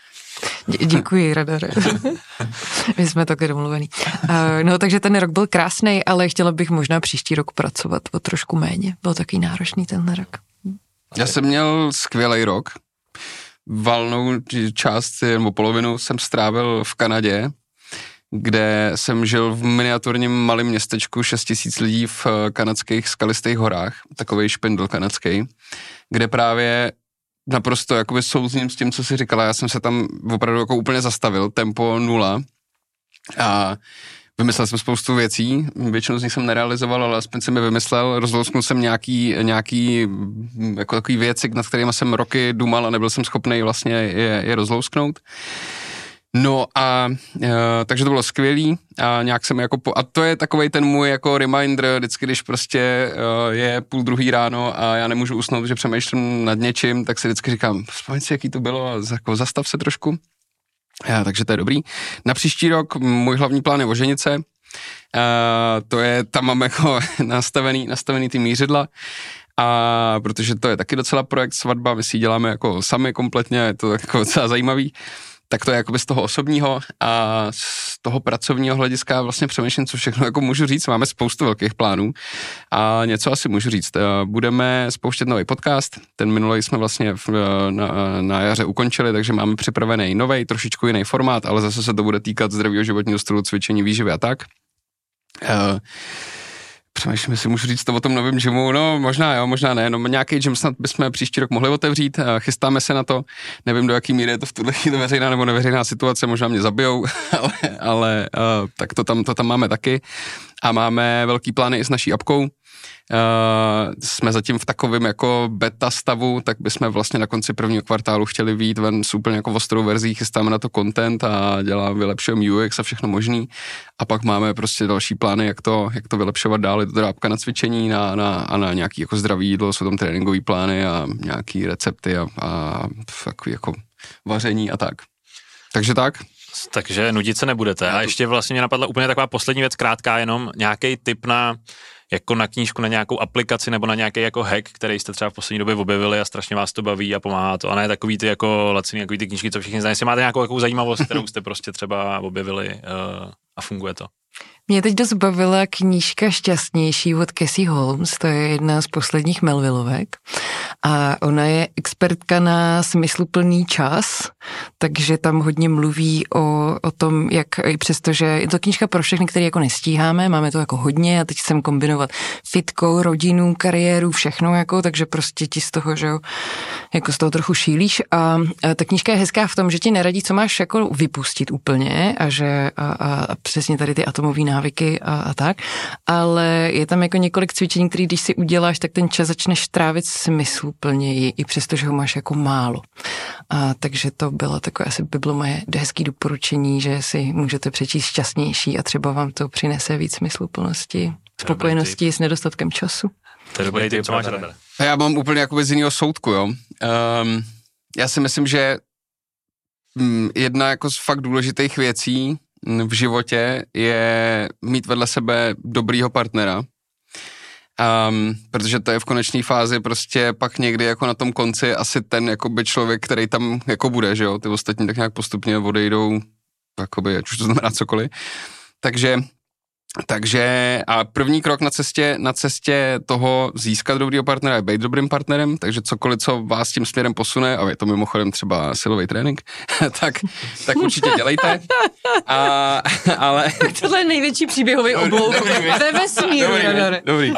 Děkuji, Radare. My jsme taky domluvený. No, takže ten rok byl krásný, ale chtěla bych možná příští rok pracovat o trošku méně. Byl takový náročný tenhle rok. Já jsem měl skvělý rok. Valnou část nebo polovinu jsem strávil v Kanadě, kde jsem žil v miniaturním malém městečku 6 000 lidí v kanadských skalistých horách, takovej špindl kanadský, kde právě naprosto jakoby souzním s tím, co jsi říkala. Já jsem se tam opravdu jako úplně zastavil, tempo 0 a vymyslel jsem spoustu věcí, většinu z nich jsem nerealizoval, ale aspoň jsem je vymyslel, rozlousknul jsem nějaký jako takový věci, nad kterými jsem roky dumal a nebyl jsem schopný vlastně je rozlousknout. No a takže to bylo skvělý a nějak jsem jako a to je takovej ten můj jako reminder, vždycky, když prostě je 1:30 ráno a já nemůžu usnout, že přemýšlím nad něčím, tak si vždycky říkám, vzpomeň si, jaký to bylo a jako zastav se trošku. Takže to je dobrý. Na příští rok můj hlavní plán je oženit se. To je, tam mám jako nastavený ty mířidla. A protože to je taky docela projekt svatba, my si ji děláme jako sami kompletně, je to jako docela zajímavý. tak to je jakoby z toho osobního a z toho pracovního hlediska vlastně přemýšlím, co všechno jako můžu říct. Máme spoustu velkých plánů a něco asi můžu říct. Budeme spouštět nový podcast, ten minulý jsme vlastně na jaře ukončili, takže máme připravený nový, trošičku jiný formát, ale zase se to bude týkat zdravého životního stylu, cvičení, výživy a tak. Přemýšlím, jestli můžu říct to o tom novém gymu, no možná jo, možná ne, no nějaký gym snad bychom příští rok mohli otevřít, chystáme se na to, nevím do jaký míry je to v tuhle chvíli veřejná nebo neveřejná situace, možná mě zabijou, ale tak to tam máme taky a máme velký plány i s naší apkou. Jsme zatím v takovém jako beta stavu, tak bychom vlastně na konci prvního kvartálu chtěli vyjít ven s úplně jako ostrou verzí, chystáme na to content a vylepšujeme UX a všechno možný a pak máme prostě další plány, jak to vylepšovat dál, je to teda apka na cvičení a na nějaký jako zdravý jídlo, jsou tam tréninkový plány a nějaký recepty a jako vaření a tak. Takže tak. Takže nudit se nebudete. A ještě vlastně mě napadla úplně taková poslední věc, krátká, jenom nějaký tip jako na knížku, na nějakou aplikaci nebo na nějaký jako hack, který jste třeba v poslední době objevili a strašně vás to baví a pomáhá to. A ne takový ty jako laciný, jako ty knížky, co všichni znají. Jestli máte nějakou zajímavost, kterou jste prostě třeba objevili a funguje to. Mě teď dost bavila knížka Šťastnější od Cassie Holmes, to je jedna z posledních Melvillovek a ona je expertka na smysluplný čas, takže tam hodně mluví o tom, jak i přesto, že je to knížka pro všechny, které jako nestíháme, máme to jako hodně a teď chcem kombinovat fitko, rodinu, kariéru, všechno jako, takže prostě ti z toho, že jo, jako z toho trochu šílíš a ta knížka je hezká v tom, že ti neradí, co máš jako vypustit úplně a že a přesně tady ty atomové návyky a tak, ale je tam jako několik cvičení, které když si uděláš, tak ten čas začneš trávit smysluplněji, i přesto, že ho máš jako málo. A takže to bylo takové, asi by bylo moje hezké doporučení, že si můžete přečíst Šťastnější a třeba vám to přinese víc smysluplnosti, spokojenosti s nedostatkem času. To je dobrý tip, co máš ráda. Já mám úplně jakoby z jiného soudku, jo. Já si myslím, že jedna jako z fakt důležitých věcí v životě je mít vedle sebe dobrýho partnera, protože to je v konečné fázi prostě pak někdy jako na tom konci asi ten jakoby člověk, který tam jako bude, že jo, ty ostatní tak nějak postupně odejdou, jakoby, ať už to znamená cokoliv, takže a první krok na cestě toho získat dobrýho partnera je být dobrým partnerem, takže cokoliv, co vás tím směrem posune, a je to mimochodem třeba silový trénink, tak určitě dělejte. Ale... Tohle je největší příběhový oblouk ve vesmíru. Dobrý.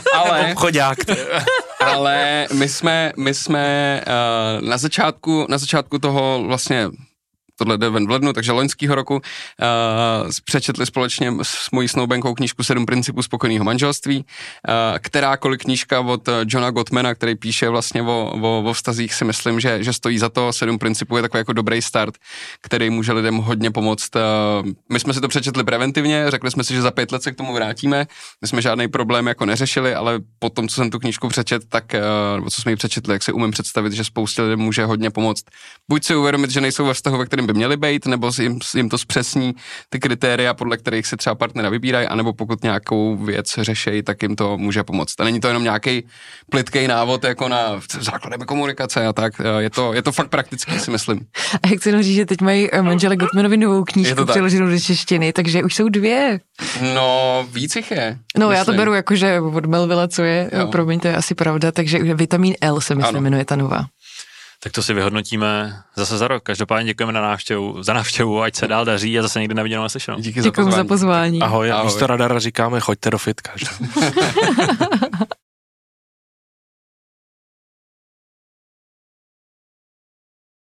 Ale my jsme na začátku toho vlastně tohle jde ven v lednu, takže loňskýho roku přečetli společně s mojí snoubenkou knížku 7 principů spokojeného manželství, kterákoliv knížka od Johna Gottmana, který píše vlastně o vztazích, si myslím, že stojí za to. 7 principů je takový jako dobrý start, který může lidem hodně pomoct. My jsme si to přečetli preventivně, řekli jsme si, že za 5 let se k tomu vrátíme. My jsme žádný problém jako neřešili, ale potom, co jsem tu knížku přečet, tak, nebo co jsme ji přečetli, jak si umím představit, že spoustě lidem může hodně pomoct. Buď si uvědomit, že nejsou ve vztahu, ve kterém by měli být, nebo jim to zpřesní ty kritéria, podle kterých si třeba partnera vybírají, anebo pokud nějakou věc řešejí, tak jim to může pomoct. A není to jenom nějaký plytkej návod jako na základem komunikace a tak. Je to fakt praktický, si myslím. A jak se říct, že teď mají manžele Gottmanovi novou knížku přeloženou do češtiny, takže už jsou 2. No, víc jich je. No, myslím. Já to beru jako, že od Melvilla, co je, promiň, to je asi pravda, takže Vitamin L se myslím jmenuje ta nová. Tak to si vyhodnotíme zase za rok. Každopádně děkujeme za návštěvu, ať se dál daří a zase někdy neviděnou a slyšenou. Děkujeme za pozvání. Ahoj. Místo radara říkáme, choďte do fitka.